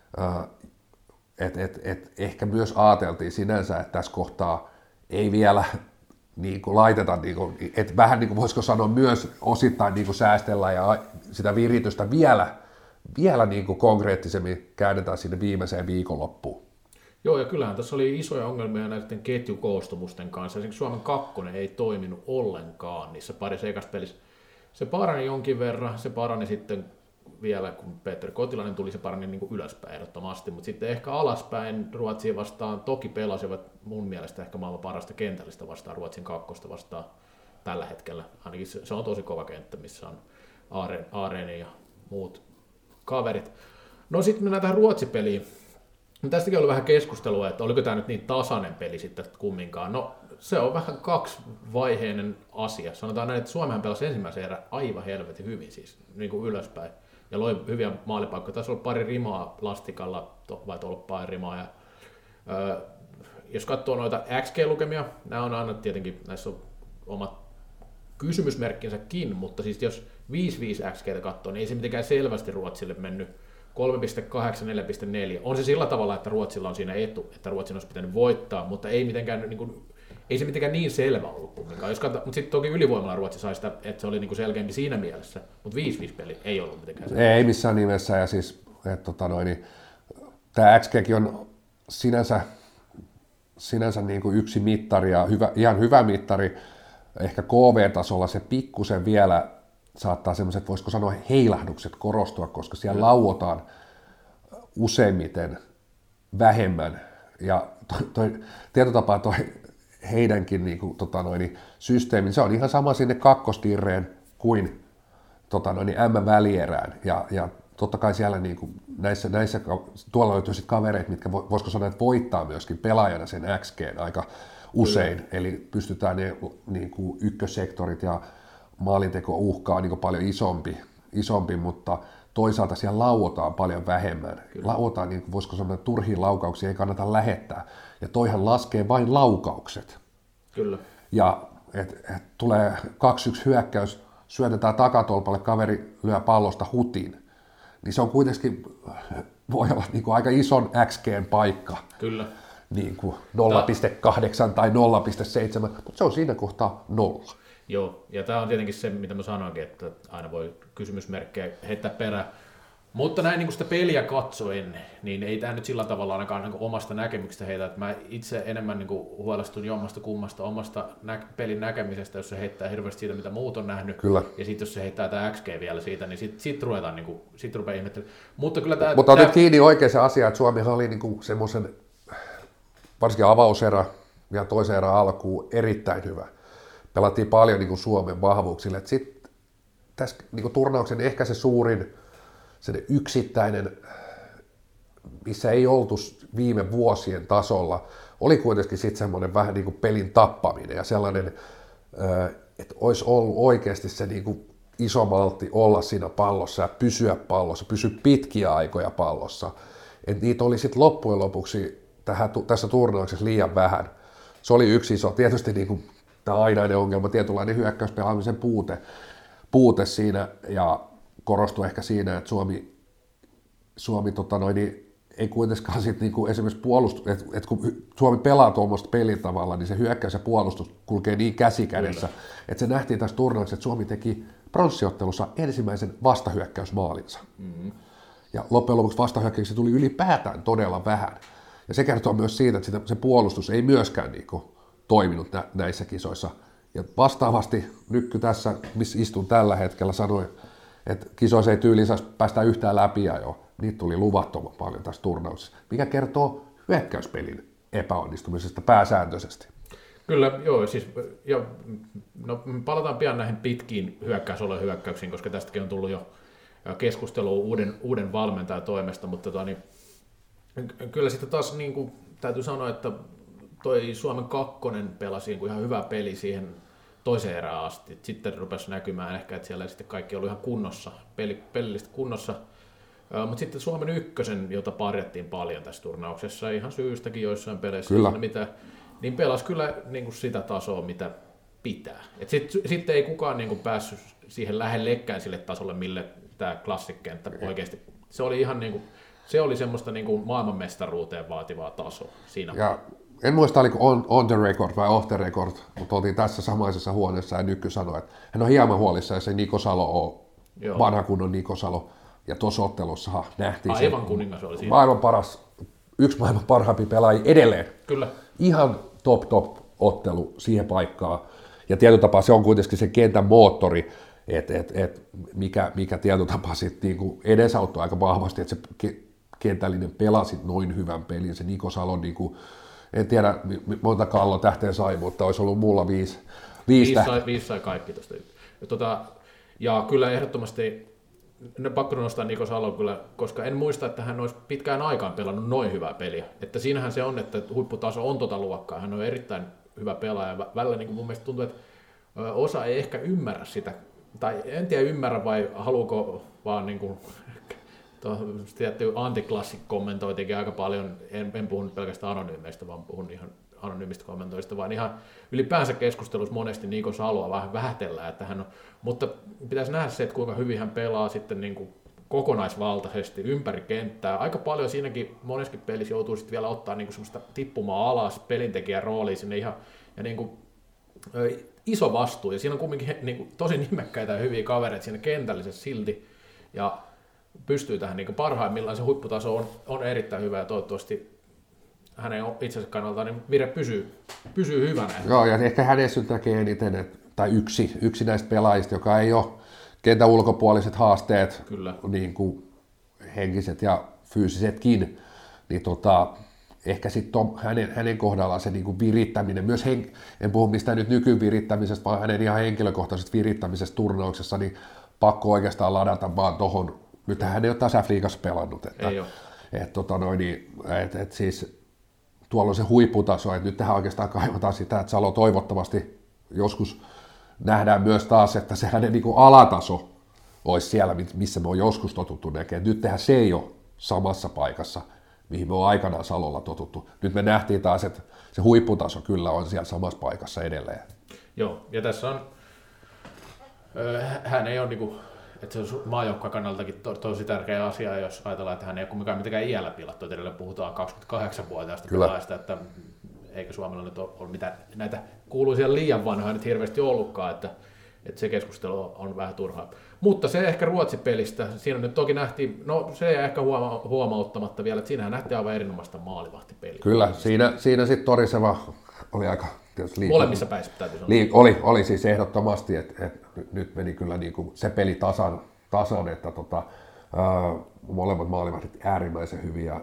että et, et ehkä myös ajateltiin sinänsä, että tässä kohtaa ei vielä niin kuin laiteta, niin kuin, että vähän niin kuin voisiko sanoa myös osittain niin kuin säästellä ja sitä viritystä vielä, vielä niin kuin konkreettisemmin käännetään sinne viimeiseen viikonloppuun. Joo, ja kyllähän tässä oli isoja ongelmia näiden ketjukoostumusten kanssa. Esimerkiksi Suomen kakkonen ei toiminut ollenkaan niissä parissa ekassa pelissä. Se parani jonkin verran, se parani sitten vielä, kun Peter Kotilainen tuli, se parani niin kuin ylöspäin ehdottomasti, mutta sitten ehkä alaspäin Ruotsia vastaan toki pelasivat mun mielestä ehkä maailman parasta kentällistä vastaan, Ruotsin kakkosta vastaan tällä hetkellä. Ainakin se, se on tosi kova kenttä, missä on Aareni ja muut kaverit. No sitten mennään tähän Ruotsi-peliin. Tästäkin oli vähän keskustelua, että oliko tämä nyt niin tasainen peli sitten kumminkaan. No se on vähän kaksivaiheinen asia. Sanotaan näin, että Suomihan pelasi ensimmäisen erän aivan helvetin hyvin siis, niin kuin ylöspäin. Ja loi hyviä maalipaikkoja. Tässä oli pari rimaa Lastikalla, vai tolppaa rimaa. Ja, ö, jos katsoo noita X G-lukemia, nämä on aina tietenkin, näissä on omat kysymysmerkkinsäkin, mutta siis jos viisi viisi X G:tä katsoo, niin ei se mitenkään selvästi Ruotsille mennyt kolme pilkku kahdeksan neljä pilkku neljä. On se sillä tavalla, että Ruotsilla on siinä etu, että Ruotsin olisi pitänyt voittaa, mutta ei, mitenkään, niin kuin, ei se mitenkään niin selvä ollut kumminkaan. Jos katso, mutta sitten toki ylivoimalla Ruotsi sai sitä, että se oli niin kuin selkeämpi siinä mielessä, mutta viisi viisi peli ei ollut mitenkään selvä. Ei missään nimessä, ja siis et, tota noin, niin, tämä X G:kin on sinänsä, sinänsä niin kuin yksi mittari ja hyvä, ihan hyvä mittari. Ehkä K V-tasolla se pikkusen vielä saattaa semmoiset, voisiko sanoa, heilahdukset korostua, koska siellä lauotaan useimmiten vähemmän. Ja toi, toi, tietotapaa toi heidänkin niin kuin, tota noin, systeemi, se on ihan sama sinne kakkostirreen kuin tota noin, M-välierään. Ja, ja totta kai siellä niin kuin, näissä, näissä, tuolla löytyy sitten kavereita, mitkä voisiko sanoa, että voittaa myöskin pelaajana sen X G:n aika usein. Kyllä. Eli pystytään ne niin kuin ykkössektorit ja maalinteko uhkaa niin paljon isompi, isompi, mutta toisaalta siellä lauotaan paljon vähemmän. Kyllä. Lauotaan, niin voisiko sanoa, että turhiin laukauksia ei kannata lähettää. Ja toihan laskee vain laukaukset. Kyllä. Ja et, et tulee kaksi yksi hyökkäys, syötetään takatolpalle, kaveri lyö pallosta hutiin. Niin se on kuitenkin, voi olla niin kuin aika ison X G:n paikka. Kyllä. Niin kuin nolla pilkku kahdeksan tai nolla pilkku seitsemän, mutta se on siinä kohtaa nolla. Joo, ja tämä on tietenkin se, mitä mä sanoinkin, että aina voi kysymysmerkkejä heittää perään. Mutta näin niin kuin sitä peliä katsoen, niin ei tämä nyt sillä tavalla ainakaan niin kuin omasta näkemyksestä heitä. Että mä itse enemmän niin kuin huolestun jommasta kummasta omasta nä- pelin näkemisestä, jos se heittää hirveästi siitä, mitä muut on nähnyt. Kyllä. Ja sitten jos se heittää tämä X G vielä siitä, niin sitten sit ruvetaan, niin kuin, sit rupeaa ihmettelemään. Mutta kyllä tämä... Mutta otit kiinni oikein se asia, että Suomihan oli niin kuin semmoisen, varsinkin avauserä ja toisen erän alkuun erittäin hyvä. Pelattiin paljon niin kuin Suomen vahvuuksille. Sitten tässä niin kuin turnauksen ehkä se suurin se yksittäinen, missä ei oltu viime vuosien tasolla, oli kuitenkin sitten semmoinen vähän niin kuin pelin tappaminen ja sellainen, että olisi ollut oikeasti se niin kuin iso maltti olla siinä pallossa ja pysyä pallossa, pysyä pitkiä aikoja pallossa. Että niitä oli sitten loppujen lopuksi tähän, tässä turnauksessa liian vähän. Se oli yksi iso, tietysti niin kuin tämä ainainen ongelma, tietynlainen hyökkäyspelaamisen puute, puute siinä, ja korostui ehkä siinä, että Suomi, Suomi tota noin, niin ei kuitenkaan sit niinku esimerkiksi puolustus, että et kun Suomi pelaa tuommoista pelin tavalla, niin se hyökkäys ja puolustus kulkee niin käsikädessä, että se nähtiin tässä turnauksessa, että Suomi teki pronssiottelussa ensimmäisen vastahyökkäysmaalinsa. Mm-hmm. Ja loppujen lopuksi vastahyökkäyksiä tuli ylipäätään todella vähän. Ja se kertoo myös siitä, että sitä, se puolustus ei myöskään niinku toiminut nä, näissä kisoissa. Ja vastaavasti Nykky tässä, missä istun tällä hetkellä, sanoi, että kisoissa ei tyyliin päästä yhtään läpi ja jo. Niitä tuli luvattoman paljon tässä turnauksessa, mikä kertoo hyökkäyspelin epäonnistumisesta pääsääntöisesti. Kyllä, joo, siis, ja, no, palataan pian näihin pitkiin hyökkäysolojen hyökkäyksiin, koska tästäkin on tullut jo keskustelua uuden, uuden valmentajan toimesta, mutta tota, niin, kyllä sitten taas niin kuin, täytyy sanoa, että toi Suomen kakkonen pelasi niin kuin ihan hyvä peli siihen toiseen erään asti. Sitten rupesi näkymään ehkä, että siellä ei sitten kaikki ollut ihan kunnossa, peli, pelillisesti kunnossa. Mutta sitten Suomen ykkösen, jota parjattiin paljon tässä turnauksessa, ihan syystäkin joissain peleissä, Kyllä. mitä, niin pelasi kyllä niin kuin sitä tasoa, mitä pitää. Sitten sit ei kukaan niin kuin päässyt siihen lähellekään sille tasolle, mille tämä klassikkenttä oikeasti. Se oli ihan niin kuin, se oli semmoista niin kuin maailmanmestaruuteen vaativaa tasoa siinä. Ja en muista, oliko on, on the record vai off the record, mutta oltiin tässä samaisessa huoneessa ja Nykky sanoi, että hän on hieman huolissaan, jos se Niko Salo on Joo. vanha kunnon Niko Salo. Ja tuossa ottelussahan nähtiin Aivan se kuningas oli siinä. Maailman paras, yksi maailman parhaampi pelaaja edelleen. Kyllä. Ihan top top ottelu siihen paikkaan. Ja tietyllä tapaa se on kuitenkin se kentän moottori, että et, et, mikä, mikä tietyllä tapaa sitten niinku edesauttoi aika vahvasti, että se kentällinen pelasi noin hyvän pelin. Se Niko Salon, niinku, en tiedä monta Kallo tähteen sai, mutta olisi ollut mulla viisi, viisi, viisi, sai, viisi sai kaikki tuosta. Ja, tota, ja kyllä ehdottomasti ne pakko nostaa Niko Salo kyllä, koska en muista, että hän olisi pitkään aikaan pelannut noin hyvää peliä. Että siinähän se on, että huipputaso on tota luokkaa. Hän on erittäin hyvä pelaaja. Välillä niin kuin mun mielestä tuntuu, että osa ei ehkä ymmärrä sitä. Tai en tiedä ymmärrä vai haluuko vaan niin kuin, tietty antiklassikko kommentoitikin aika paljon. En, en puhu nyt pelkästään anonyymeistä, vaan puhun ihan anonyymistä kommentoista, vaan ihan ylipäänsä keskustelussa monesti Niko Saloa vähän vähätellään, että hän on, mutta pitäisi nähdä se, että kuinka hyvin hän pelaa sitten niin kuin kokonaisvaltaisesti ympäri kenttää. Aika paljon siinäkin moneskin pelissä joutuu sitten vielä ottaa niin kuin semmoista tippumaa alas pelintekijän roolia sinne ihan, ja niin kuin, ö, iso vastuu, ja siinä on kumminkin niin kuin, tosi nimekkäitä ja hyviä kavereita siinä kentällisesti silti, ja pystyy tähän niin kuin parhaimmillaan, se huipputaso on, on erittäin hyvä, ja toivottavasti hänen itsensä kannalta niin vire pysyy, pysyy hyvänä. Joo, ja ehkä hänessä nyt näkee eniten, että, tai yksi, yksi näistä pelaajista, joka ei ole kentän ulkopuoliset haasteet, Kyllä. niin kuin henkiset ja fyysisetkin, niin tota, ehkä sitten hänen, hänen kohdallaan se niin kuin virittäminen, myös hen, en puhu mistään nyt nykyvirittämisestä, vaan hänen ihan henkilökohtaisesta virittämisestä turnauksessa, niin pakko oikeastaan ladata vaan tuohon, nyt hän ei ole taas F-liigassa pelannut, että, ei ole. Et, tota noin, niin, et, et siis tuolla on se huipputaso, että nyt tähän oikeastaan kaivataan sitä, että Salo toivottavasti joskus nähdään myös taas, että se hänen niin kuin alataso olisi siellä, missä me on joskus totuttu näkemään. Nyt tehdään se ei ole samassa paikassa, mihin me on aikanaan Salolla totuttu. Nyt me nähtiin taas, että se huipputaso kyllä on siellä samassa paikassa edelleen. Joo, ja tässä on, hän ei ole niin kuin, että se on maajoukkojen kannaltakin to, tosi tärkeä asia, jos ajatellaan, että hän ei ole kumminkaan mitenkään iällä pilattu. Edelleen puhutaan kaksikymmentäkahdeksanvuotiaasta pelaajasta, että eikä Suomella nyt ole mitään näitä kuuluisia liian vanhoja nyt hirveästi ollutkaan, että, että se keskustelu on vähän turhaa. Mutta se ehkä Ruotsi-pelistä, siinä nyt toki nähtiin, no se ei ehkä huoma, huomauttamatta vielä, että siinähän nähtiin aivan erinomaista maalivahtipeliä. Kyllä, siinä, siinä sitten Toriseva oli aika... Liikaa. Molemmissa päissä täytyy sanoa. Liik- oli, oli siis ehdottomasti, että et nyt meni kyllä niinku se peli tasan, tasan että tota, ää, molemmat maalivahdit äärimmäisen hyviä.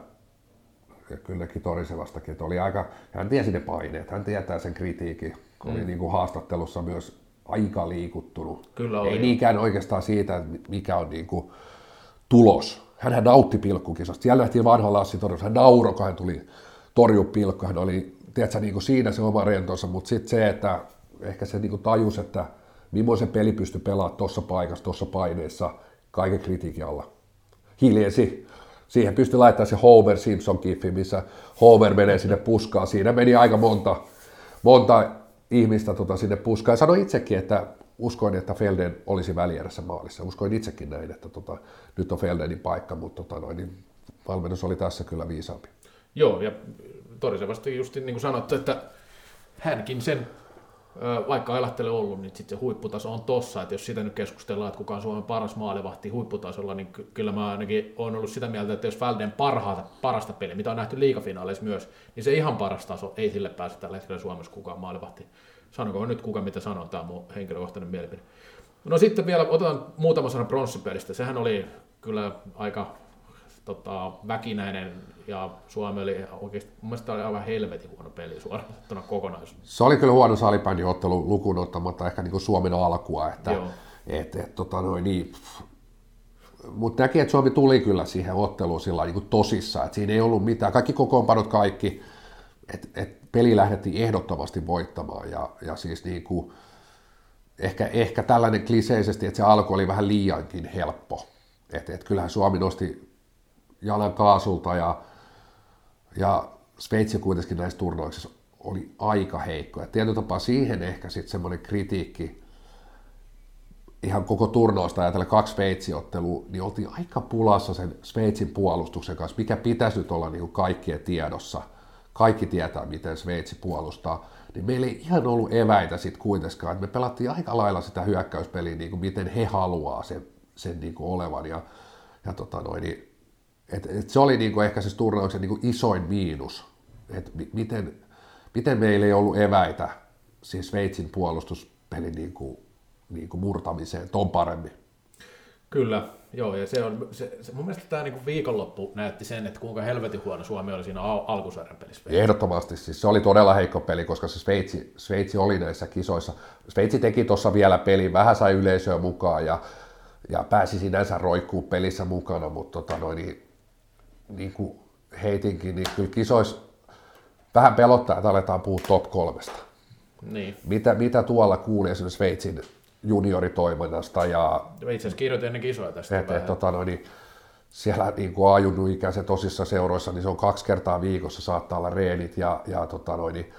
Ja kylläkin Torisevastakin, että oli aika, hän tiesi ne paineet, hän tietää sen kritiikin, kun mm. oli niinku haastattelussa myös aika liikuttunut. Kyllä oli. Ei niinkään oikeastaan siitä, että mikä on niinku tulos. Hänhän nautti pilkkukisasta. Siellä nähtiin vanha Lassi Torjus, hän nauroi, kun hän tuli torjua pilkku, hän oli tiedätkö, niin kuin siinä se oma rentonsa, mutta sitten se, että ehkä se niin kuin tajus, että millaisen peli pystyi pelaamaan tuossa paikassa, tuossa paineessa, kaiken kritiikin alla. Hiljensi. Siihen pystyi laittamaan se Homer Simpson-kiffi, missä Homer menee sinne puskaan. Siinä meni aika monta, monta ihmistä tota sinne puskaan. Ja sanoin itsekin, että uskoin, että Felden olisi välierässä maalissa. Uskoin itsekin näin, että tota, nyt on Feldenin paikka, mutta tota noin, niin valmennus oli tässä kyllä viisaampi. Joo, ja Torisevasti just niin kuin sanottu, että hänkin sen, vaikka ailahtele ollut, niin sitten se huipputaso on tossa, että jos sitä nyt keskustellaan, että kuka on Suomen paras maalivahti huipputasolla, niin kyllä mä ainakin olen ollut sitä mieltä, että jos Fälden parhaata, parasta peliä, mitä on nähty liigafinaaleissa myös, niin se ihan paras taso ei sille pääse tällä hetkellä Suomessa kukaan maalivahti. Sanoiko nyt kuka mitä sanoo, tämä on mun henkilökohtainen mielipide. No sitten vielä otetaan muutama sana pronssipelistä, sehän oli kyllä aika Tota, väkinäinen, ja Suomi oli oikeasti, mun mielestä oli aivan helvetin huono peli suoraan sanottuna kokonaisuus. Se oli kyllä huono salibändiottelu lukuun ottamatta ehkä niin kuin Suomen alkua, että et, et, tota noin, niin, mutta näki, että Suomi tuli kyllä siihen otteluun sillä niin kuin tosissaan, että siinä ei ollut mitään, kaikki kokoonpanot kaikki, että et peli lähdettiin ehdottomasti voittamaan, ja, ja siis niin kuin, ehkä, ehkä tällainen kliseisesti, että se alku oli vähän liiankin helppo, että et kyllähän Suomi nosti jalan kaasulta ja, ja Sveitsi kuitenkin näissä turnauksissa oli aika heikko. Ja tietyllä tapaa siihen ehkä sitten semmoinen kritiikki, ihan koko turnausta ajatellen kaksi Sveitsi-ottelua, niin oltiin aika pulassa sen Sveitsin puolustuksen kanssa, mikä pitäisi nyt olla niin kuin kaikkien tiedossa. Kaikki tietää, miten Sveitsi puolustaa. Niin meillä ei ihan ollut eväitä sitten kuitenkaan. Me pelattiin aika lailla sitä hyökkäyspeliä, niin kuin miten he haluaa sen, sen niin kuin olevan. Ja, ja tota noin, niin, et, et se oli niin kuin ehkä se turnauksen niin kuin isoin miinus, että miten, miten meillä ei ollut eväitä siis Sveitsin puolustuspelin niin kuin, niin kuin murtamiseen ton paremmin. Kyllä, joo, ja se on, se, se, mun mielestä tämä niinku viikonloppu näytti sen, että kuinka helvetin huono Suomi oli siinä al- alkusarjan pelissä. Ehdottomasti, siis se oli todella heikko peli, koska se Sveitsi, Sveitsi oli näissä kisoissa. Sveitsi teki tuossa vielä pelin, vähän sai yleisöä mukaan ja, ja pääsi sinänsä roikkuu pelissä mukana, mutta tota noin, niin, niin kuin heitinkin, niin kyllä kisoissa vähän pelottaa, että aletaan puhua top kolmesta. Niin. Mitä, mitä tuolla kuuli esimerkiksi Sveitsin junioritoiminnasta ja itse asiassa kirjoitin ennen kisoja tästä. Et, et, tota, no, niin, siellä niin kuin ajunnut ikäisen tosissa seuroissa, niin se on kaksi kertaa viikossa, saattaa olla reenit ja, ja tota, no, niin,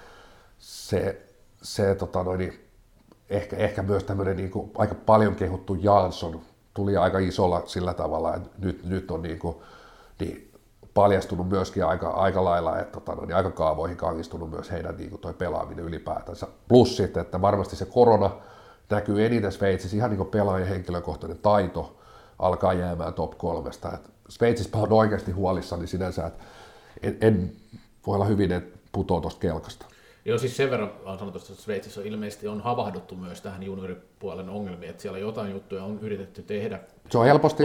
se, se tota, no, niin, ehkä, ehkä myös tämmöinen niin kuin, aika paljon kehuttu Jansson tuli aika isolla sillä tavalla, että nyt, nyt on niin kuin, niin, paljastunut myöskin aika, aika lailla, että tota, no, niin, aika kaavoihin kangistunut myös heidän niin kuin, toi pelaaminen ylipäätänsä. Plus sitten, että varmasti se korona näkyy eniten Sveitsissä, ihan niin kuin pelaajan henkilökohtainen taito alkaa jäämään top kolmesta. Et Sveitsissä on oikeasti huolissani sinänsä, että en, en voi olla hyvin, että putoaa tuosta kelkasta. Joo, siis sen verran on sanottu, että Sveitsissä on ilmeisesti on havahduttu myös tähän junioripuolen ongelmiin, että siellä jotain juttuja on yritetty tehdä. Se on helposti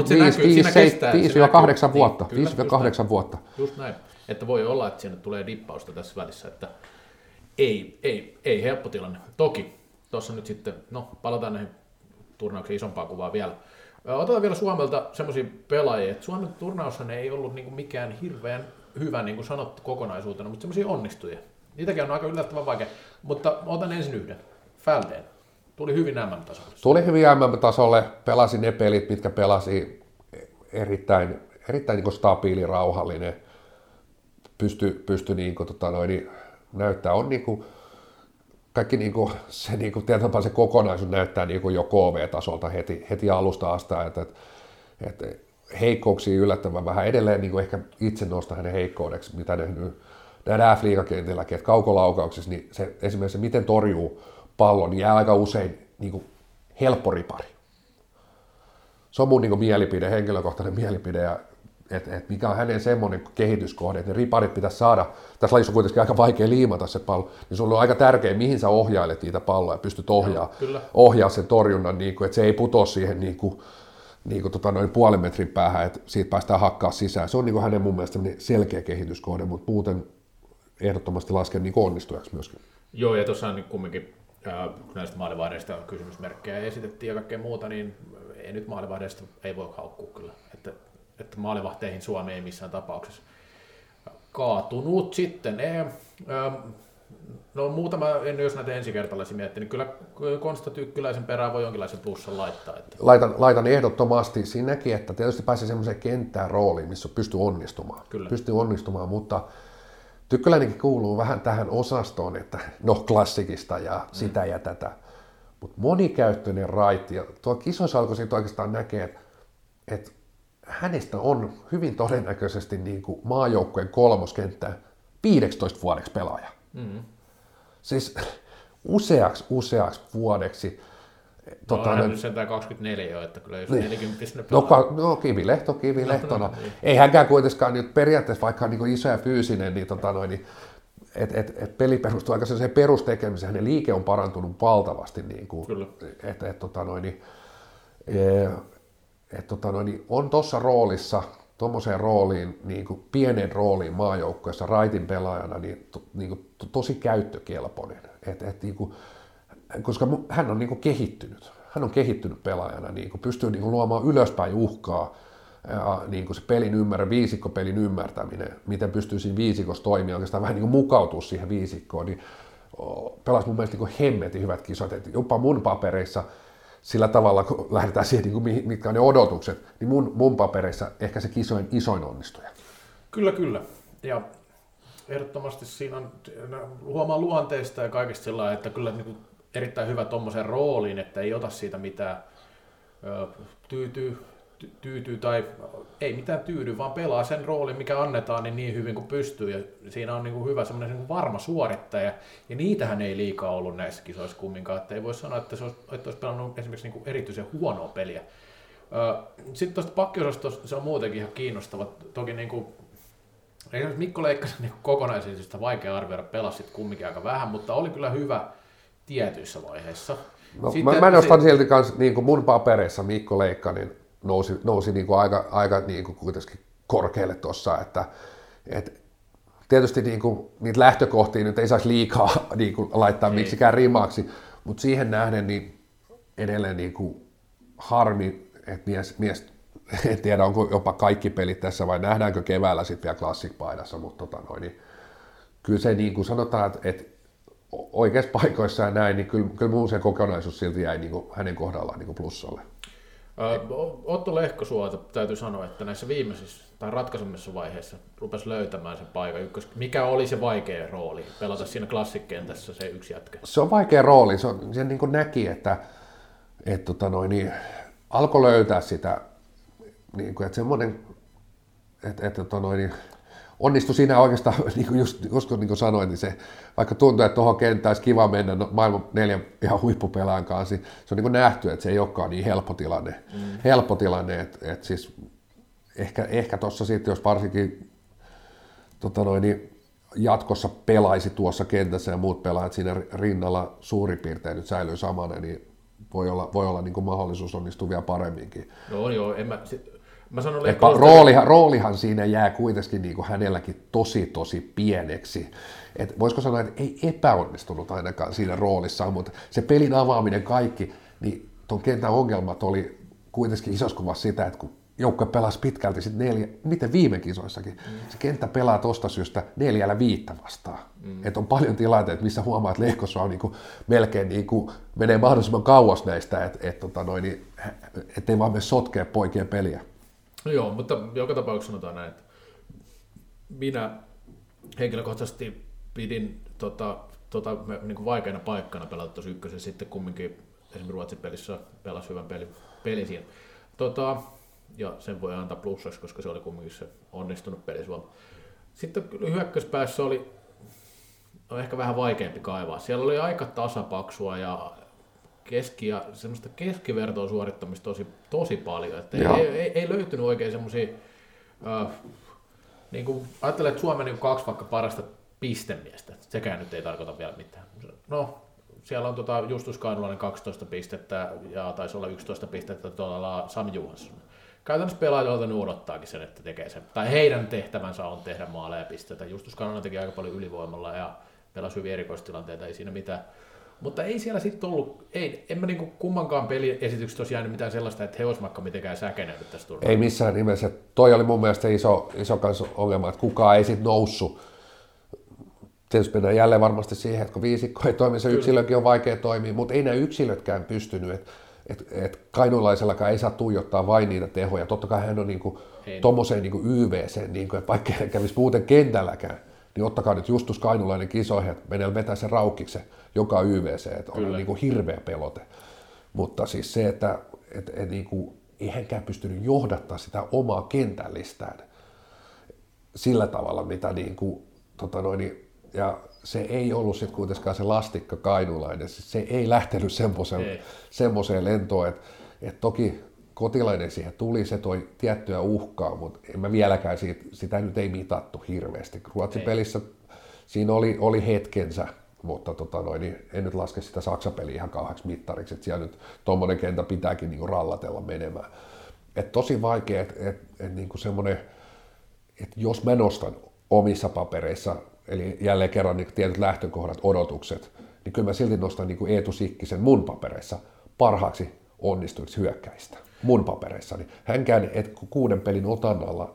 viisi kahdeksan vuotta. viisi kahdeksan vuotta. Just näin, että voi olla, että sinne tulee dippausta tässä välissä, että ei, ei, ei helppo tilanne. Toki tuossa nyt sitten, no palataan näihin turnauksiin isompaa kuvaa vielä. Otetaan vielä Suomelta semmoisia pelaajia, että Suomen turnaushan ei ollut niinku mikään hirveän hyvä, niin kuin sanottu kokonaisuutena, mutta semmoisia onnistujia. Niitäkin on aika yllättävän vaikea, mutta otan ensin yhden. Fälteen. Tuli hyvin M M-tasolle. Tuli hyvin M M-tasolle, pelasi ne pelit, mitkä pelasi erittäin, erittäin niin stabiili, rauhallinen, pysty, pysty niin kuin, tota noin, näyttää, on niin kuin, kaikki niin kuin, se, niin kuin, tietysti se kokonaisuus näyttää niin kuin jo K V-tasolta heti, heti alusta asti, että, että, että heikkouksia yllättävän vähän. Edelleen niin kuin ehkä itse nostan hänen heikkoudeksi, mitä ne nähdään F-liigakentilläkin, että kaukolaukauksissa, niin se, esimerkiksi se, miten torjuu pallon, niin jää aika usein niin kuin helppo ripari. Se on mun niin kuin mielipide, henkilökohtainen mielipide, ja että et mikä on hänen semmoinen kehityskohde, että ne riparit pitäisi saada, tässä lajissa on kuitenkin aika vaikea liimata se pallo, niin sulla on aika tärkeä, mihin sä ohjailet niitä palloja ja pystyt ohjaa, ohjaa sen torjunnan, niin kuin, että se ei putoa siihen niin kuin, niin kuin, tota, noin puolen metrin päähän, että siitä päästään hakkaa sisään. Se on niin kuin hänen mun mielestä selkeä kehityskohde, mutta muuten ehdottomasti lasken niin onnistujaksi myöskin. Joo, ja tuossa on niin kumminkin, äh, kun näistä maalivahdeista kysymysmerkkejä esitettiin ja kaikkea muuta, niin ei nyt maalivahdeista ei voi haukkua kyllä, että, että maalivahteihin Suomi ei missään tapauksessa kaatunut sitten. E, äh, no muutama, en jos näitä ensikertalaisia miettii, niin kyllä Konsta Tykkyläisen perään voi jonkinlaisen plussan laittaa. Että. Laitan, laitan ehdottomasti siinäkin, että tietysti pääsee semmoiseen kenttään rooliin, missä pystyy onnistumaan. Kyllä. Pystyy onnistumaan, mutta Tykkyläinenkin kuuluu vähän tähän osastoon, että no klassikista ja sitä mm. ja tätä, mutta monikäyttöinen raitti, ja tuo kisoissa alkoi siitä oikeastaan näkee, että, että hänestä on hyvin todennäköisesti niin kuin maajoukkueen kolmoskenttään viisitoista vuodeksi pelaaja. Mm. Siis useaksi, useaksi vuodeksi. No tota, hän nyt sentään kaksikymmentäneljä jo, että kyllä jos niin. neljäkymmentä no, ka, no kivilehto, kivilehtona. No, no, ei hänkään kuitenkaan nyt periaatteessa, vaikka on niin iso ja fyysinen, niin, tota, noin, niin et, et, et peli perustuu aika sellaiseen perustekemiseen, hänen liike on parantunut valtavasti. Niin kuin, et, et, tota, noin, niin, et, tota, noin, niin on tuossa roolissa, tuommoiseen rooliin, niin kuin pienen rooliin maajoukkueessa raitin pelaajana, niin, to, niin kuin, to, tosi käyttökelpoinen. Et, et, niin kuin, koska hän on niin kuin kehittynyt. Hän on kehittynyt pelaajana, niin kuin pystyy niin kuin luomaan ylöspäin uhkaa, ja niin kuin se pelin ymmärrä, viisikkopelin ymmärtäminen, miten pystyy siinä viisikossa toimia, oikeastaan vähän niin kuin mukautua siihen viisikkoon, niin pelasi mun mielestä niin kuin hemmetin hyvät kisat. Et jopa mun papereissa sillä tavalla, kun lähdetään siihen, niin kuin, mitkä on ne odotukset, niin mun, mun papereissa ehkä se kisoin isoin onnistuja. Kyllä, kyllä. Ja ehdottomasti siinä on, huomaa luonteesta ja kaikesta sillä että kyllä niin kuin erittäin hyvä tuommoiseen rooliin, että ei ota siitä mitään tyytyy, tyytyy tai ei mitään tyydy, vaan pelaa sen roolin, mikä annetaan niin, niin hyvin kuin pystyy. Ja siinä on niin kuin hyvä semmoinen niin kuin varma suorittaja, ja niitähän ei liikaa ollut näissä kisoissa kumminkaan. Että ei voi sanoa, että, se olisi, että olisi pelannut esimerkiksi niin kuin erityisen huonoa peliä. Sitten tuosta pakkiosastosta se on muutenkin ihan kiinnostava. Toki niin kuin, esimerkiksi Mikko Leikkasen niin kokonaisesitystä vaikea arvioida, pelasi sitten kumminkin aika vähän, mutta oli kyllä hyvä tietyissä vaiheissa. No, sitten, mä, mä nostan silti kans, niin kuin mun papereissa Mikko Leikkanen nousi, nousi niin kuin aika, aika niin kuin kuitenkin korkealle tuossa, että et, tietysti niin kuin, niitä lähtökohtia nyt ei saisi liikaa niin kuin, laittaa ei. miksikään rimaksi, mutta siihen nähden niin edelleen niin kuin, harmi, että mies, mies, en tiedä onko jopa kaikki pelit tässä vai nähdäänkö keväällä sitten vielä Classic-paidassa, mutta tota noin, niin, kyllä se niin kuin sanotaan, että, että oikeissa paikoissa ja näin, niin kyllä, kyllä mun se kokonaisuus silti jäi niin kuin, hänen kohdallaan niin kuin plussalle. Otto Lehkosuota täytyy sanoa, että näissä viimeisissä tai ratkaisemmissa vaiheissa rupesi löytämään sen paikan ykkös. Mikä oli se vaikea rooli pelata siinä Classic-kentässä se yksi jätkä? Se on vaikea rooli. Se, on, se niin kuin näki, että, että tota noin, niin, alkoi löytää sitä, niin kuin, että semmoinen, että, että tota noin, niin, onnistui siinä oikeastaan, niin kuin just, just niin kuin sanoin, niin se, vaikka tuntuu, että tuohon kenttään olisi kiva mennä no, maailman neljän ihan huippupelaajan kanssa, niin se on niin kuin nähty, että se ei olekaan niin helppo tilanne. Mm. Helppo tilanne, että, että siis ehkä, ehkä tuossa sitten, jos varsinkin tota noin, niin jatkossa pelaisi tuossa kentässä ja muut pelaajat siinä rinnalla suurin piirtein nyt säilyy samana, niin voi olla, voi olla niin kuin mahdollisuus onnistua vielä paremminkin. No joo, en mä... Sit... Mä sanon, roolihan, roolihan siinä jää kuitenkin niin kuin hänelläkin tosi tosi pieneksi. Et voisiko sanoa, että ei epäonnistunut ainakaan siinä roolissaan, mutta se pelin avaaminen kaikki, niin tuon kentän ongelmat oli kuitenkin isossa kuvassa sitä, että kun joukkue pelasi pitkälti sit neljä, miten viime kisoissakin, mm. se kenttä pelaa tuosta syystä neljällä viittä vastaan. Mm. Et on paljon tilanteita, missä huomaa, että Lehkosuo on niin kuin, melkein niin kuin, menee mahdollisimman kauas näistä, että et, tota niin, ei vaan mene sotkea poikien peliä. No joo, mutta joka tapauksessa sanotaan näin, että minä henkilökohtaisesti pidin tota, tota, niin kuin vaikeana paikkana pelata tuossa ykkösen, sitten kumminkin esimerkiksi Ruotsin pelissä pelasi hyvän peli, peli siinä. Tota, ja sen voi antaa plussaksi, koska se oli kumminkin se onnistunut pelisuoma. Sitten hyökkäyspäässä oli no ehkä vähän vaikeampi kaivaa. Siellä oli aika tasapaksua ja keski- ja semmoista keskivertoa suorittamista tosi, tosi paljon. Että ei, ei, ei löytynyt oikein semmoisia, äh, niin kuin ajattelen, että Suomen niin kaksi vaikka parasta pistemiestä, sekään nyt ei tarkoita vielä mitään. No, siellä on tota Justus Kainulainen kaksitoista pistettä ja taisi olla yksitoista pistettä tuolla Sam Johansson. Käytännössä pelaajilta ne odottaakin sen, että tekee sen, tai heidän tehtävänsä on tehdä maaleja ja pisteitä. Justus Kainulainen teki aika paljon ylivoimalla ja pelasi hyvin erikoistilanteita, ei siinä mitään. Mutta ei siellä sitten ollut, ei, en mä niinku kummankaan peliesityksestä olisi jäänyt mitään sellaista, että he olisivat vaikka mitenkään säkeneydy tässä turnauksessa. Ei missään nimessä. Toi oli mun mielestä iso, iso ongelma, että kukaan ei sitten noussut. Tietysti mennään jälleen varmasti siihen, että kun viisikko ei toimi, se yksilökin on vaikea toimia, mutta ei nämä yksilötkään pystynyt. Et, et, et Kainulaisellakaan ei saa tuijottaa vain niitä tehoja. Totta kai hän on niinku, tommoseen niinku Y V C, niinku, että vaikka ei kävisi muuten kentälläkään, niin ottakaa nyt Justus Kainulainen kisoihin, että menee vetää se raukkiksen joka Y V C, että on niin kuin hirveä pelote. Mutta siis se, että et, et, niin kuin, ei hänkään pystynyt johdattaa sitä omaa kentällistään sillä tavalla, mitä niin kuin, tota noin, ja se ei ollut sitten kuitenkaan se lastikka Kainulainen, se ei lähtenyt semmoiseen, semmoiseen lentoon, että et toki Kotilainen siihen tuli, se toi tiettyä uhkaa, mutta en mä vieläkään siitä, sitä nyt ei mitattu hirveästi. Ruotsin ei. Pelissä siinä oli, oli hetkensä, mutta tota noin, niin en nyt laske sitä Saksa-peliä ihan kauheaksi mittariksi, että siellä nyt tuommoinen kentä pitääkin niinku rallatella menemään. Et tosi vaikea, että et, et niinku semmoinen, että jos mä nostan omissa papereissa, eli jälleen kerran niin tietyt lähtökohdat, odotukset, niin kyllä mä silti nostan niin kuin Eetu Sikkisen mun papereissa parhaaksi onnistuiksi hyökkäistä. Mun papereissani. Hänkään, että kuuden pelin otannalla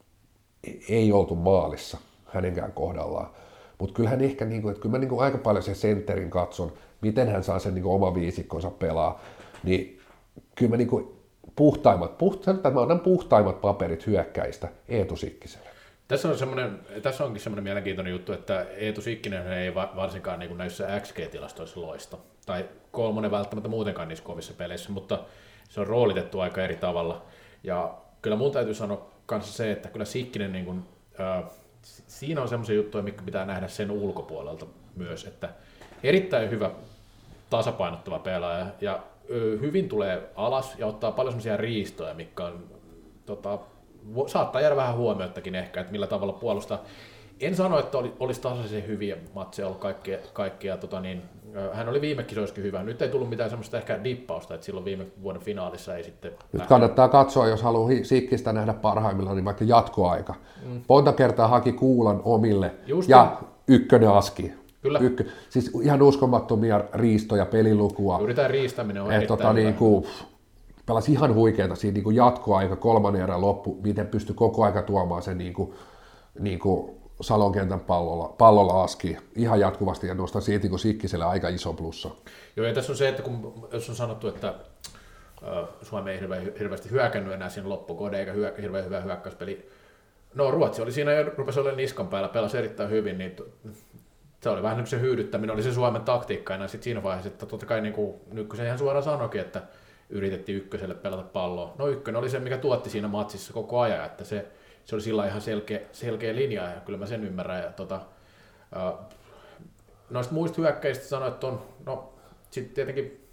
ei oltu maalissa hänenkään kohdallaan. Mutta kyllä hän ehkä, niin kuin, että kyllä mä niin kuin aika paljon sen sentterin katson, miten hän saa sen niin kuin oma viisikkonsa pelaa. niin kyllä mä niin kuin puhtaimmat, puht, sanotaan, että mä annan puhtaimmat paperit hyökkäistä Eetu Sikkiselle. Tässä, on tässä onkin semmoinen mielenkiintoinen juttu, että Eetu Sikkinen ei varsinkaan niin kuin näissä X G-tilastoissa loista, tai kolmonen välttämättä muutenkaan niissä kovissa peleissä, mutta se on roolitettu aika eri tavalla. Ja kyllä mun täytyy sanoa kanssa se, että kyllä Sikkinen, niin kuin, äh, siinä on semmoisia juttuja, mitkä pitää nähdä sen ulkopuolelta myös, että erittäin hyvä tasapainottava pelaaja, ja ö, hyvin tulee alas ja ottaa paljon semmoisia riistoja, mitkä on, tota, saattaa jäädä vähän huomioittakin ehkä, että millä tavalla puolustaa. En sano, että oli, olisi tasaisen hyviä matseja ollut kaikkia, kaikkia tota niin, hän oli viime kisoissakin hyvä. Nyt ei tullut mitään semmoista ehkä dippausta, että silloin viime vuoden finaalissa ei sitten... Nyt lähtenyt. Kannattaa katsoa, jos haluaa Sikkistä nähdä parhaimmillaan, niin vaikka jatkoaika. Mm. Monta kertaa haki kuulan omille Just ja on. ykkönen aski. Kyllä. Ykkö, siis ihan uskomattomia riistoja, pelilukua. Yritän riistäminen on et, erittäin tota, niin kuin, pelasi ihan huikeeta siinä niin kuin jatkoaika, kolmannen erän loppu, miten pystyi koko aika tuomaan sen niin kuin, niin kuin Salon kentän pallolla, pallolla aski ihan jatkuvasti ja nostan siitä niin kuin Sikkiselle aika iso plussa. Joo, ja tässä on se, että kun jos on sanottu, että äh, Suomi ei hirveän, hirveästi hyökännyt enää siinä loppukode eikä hyö, hirveän hyvä hyökkäyspeli. No Ruotsi oli siinä ja rupesi olemaan niskan päällä, pelasi erittäin hyvin, niin se oli vähän niin se hyydyttäminen, oli se Suomen taktiikka enää sitten siinä vaiheessa, että totta kai niin kuin Nykkösen ihan suoraan sanoikin, että yritettiin ykköselle pelata palloa. No ykkönen oli se, mikä tuotti siinä matsissa koko ajan, että se, se oli sillä ihan selkeä, selkeä linja ja kyllä mä sen ymmärrän. Ja, tota, äh, noista muista hyökkäistä sanoin, että on, no sitten tietenkin,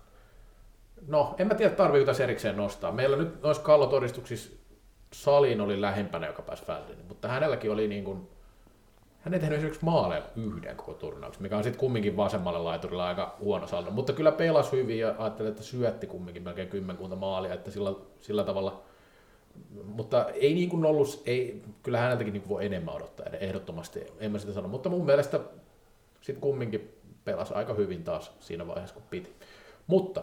no en mä tiedä tarviiko tässä erikseen nostaa. Meillä nyt noissa kallotodistuksissa Salin oli lähempänä, joka pääsi väliin, mutta hänelläkin oli niin kuin, hän ei tehnyt esimerkiksi maaleja yhden koko turnauksen, mikä on sitten kumminkin vasemmalle laiturilla aika huono saldo, mutta kyllä pelasi hyvin ja ajattelin, että syötti kumminkin melkein kymmenkunta maalia, että sillä, sillä tavalla, mutta ei niin kuin ollut, ei, kyllä häneltäkin niin kuin voi enemmän odottaa, ehdottomasti, en mä sitä sano, mutta mun mielestä sitten kumminkin pelasi aika hyvin taas siinä vaiheessa, kun piti. Mutta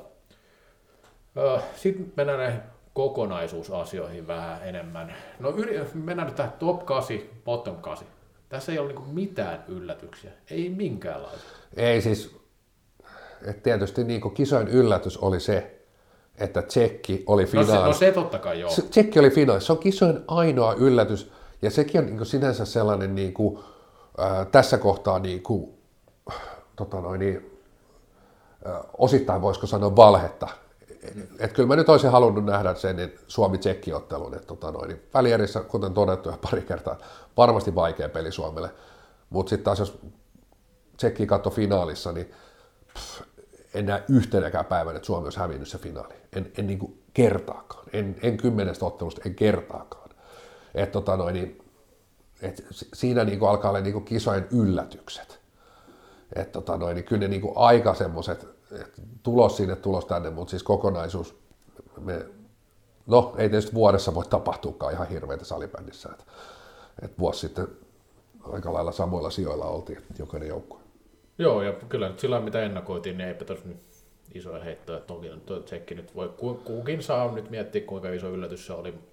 äh, sitten mennään näihin kokonaisuusasioihin vähän enemmän. No yri, mennään nyt tähän top kahdeksan, bottom kahdeksan. Tässä ei ole niinku mitään yllätyksiä, ei minkäänlaisia. Ei siis, että tietysti niinku kisojen yllätys oli se, että Tsekki oli finaalissa. No, no se totta kai joo. Tsekki oli finaalissa, se on kisojen ainoa yllätys, ja sekin on niinku sinänsä sellainen niinku, äh, tässä kohtaa niinku, tota noin, niin, äh, osittain voisiko sanoa valhetta. Mm. Että kyllä mä nyt olisin halunnut nähdä sen niin Suomi-Tsekki-ottelun, että tota noin, niin välierissä, kuten todettu jo pari kertaa, varmasti vaikea peli Suomelle, mutta sitten taas jos Tsekki katso finaalissa, niin pff, en näe yhtenäkään päivänä, että Suomi olisi hävinnyt se finaali, en, en niin kuin kertaakaan, en, en kymmenestä ottelusta, en kertaakaan. Et tota noin, niin, et siinä niin kuin alkaa olla niin kuin kisojen yllätykset, että tota noin, niin kyllä ne niin kuin aika semmoiset, tulos sinne, tulos tänne, mutta siis kokonaisuus, me, no ei tietysti vuodessa voi tapahtuakaan ihan hirveitä salibändissä, että et vuosi sitten aika lailla samoilla sijoilla oltiin jokainen joukkue. Joo, ja kyllä nyt sillä mitä ennakoitiin, niin eipä tuossa nyt isoja heittoja, toki nyt Tsekki nyt voi, kukin saa nyt miettiä, kuinka iso yllätys se oli.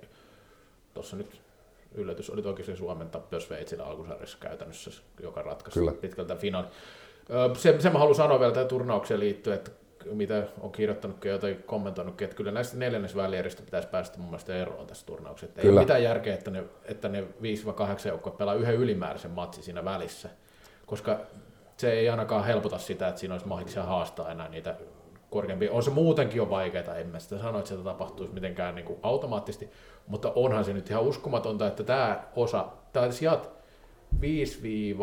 Tuossa nyt yllätys oli toki se Suomen tappio Sveitsillä alkusarjassa käytännössä, joka ratkaisi kyllä pitkältä finaali. Se, se mä haluan sanoa vielä tähän turnaukseen liittyen, että mitä on kirjoittanutkin ja jotain kommentoinutkin, että kyllä näistä neljännesvälieristä pitäisi päästä mun mielestä eroon tässä turnauksessa. Ei mitään järkeä, että ne, että ne viisi kahdeksan joukkoa pelaa yhden ylimääräisen matsin siinä välissä, koska se ei ainakaan helpota sitä, että siinä olisi mahdollisia haastaa enää niitä korkeampia. On se muutenkin jo vaikeaa, en mä sitä sano, että se tapahtuisi mitenkään niin kuin automaattisesti, mutta onhan se nyt ihan uskomatonta, että tämä osa, tämä sijat viisi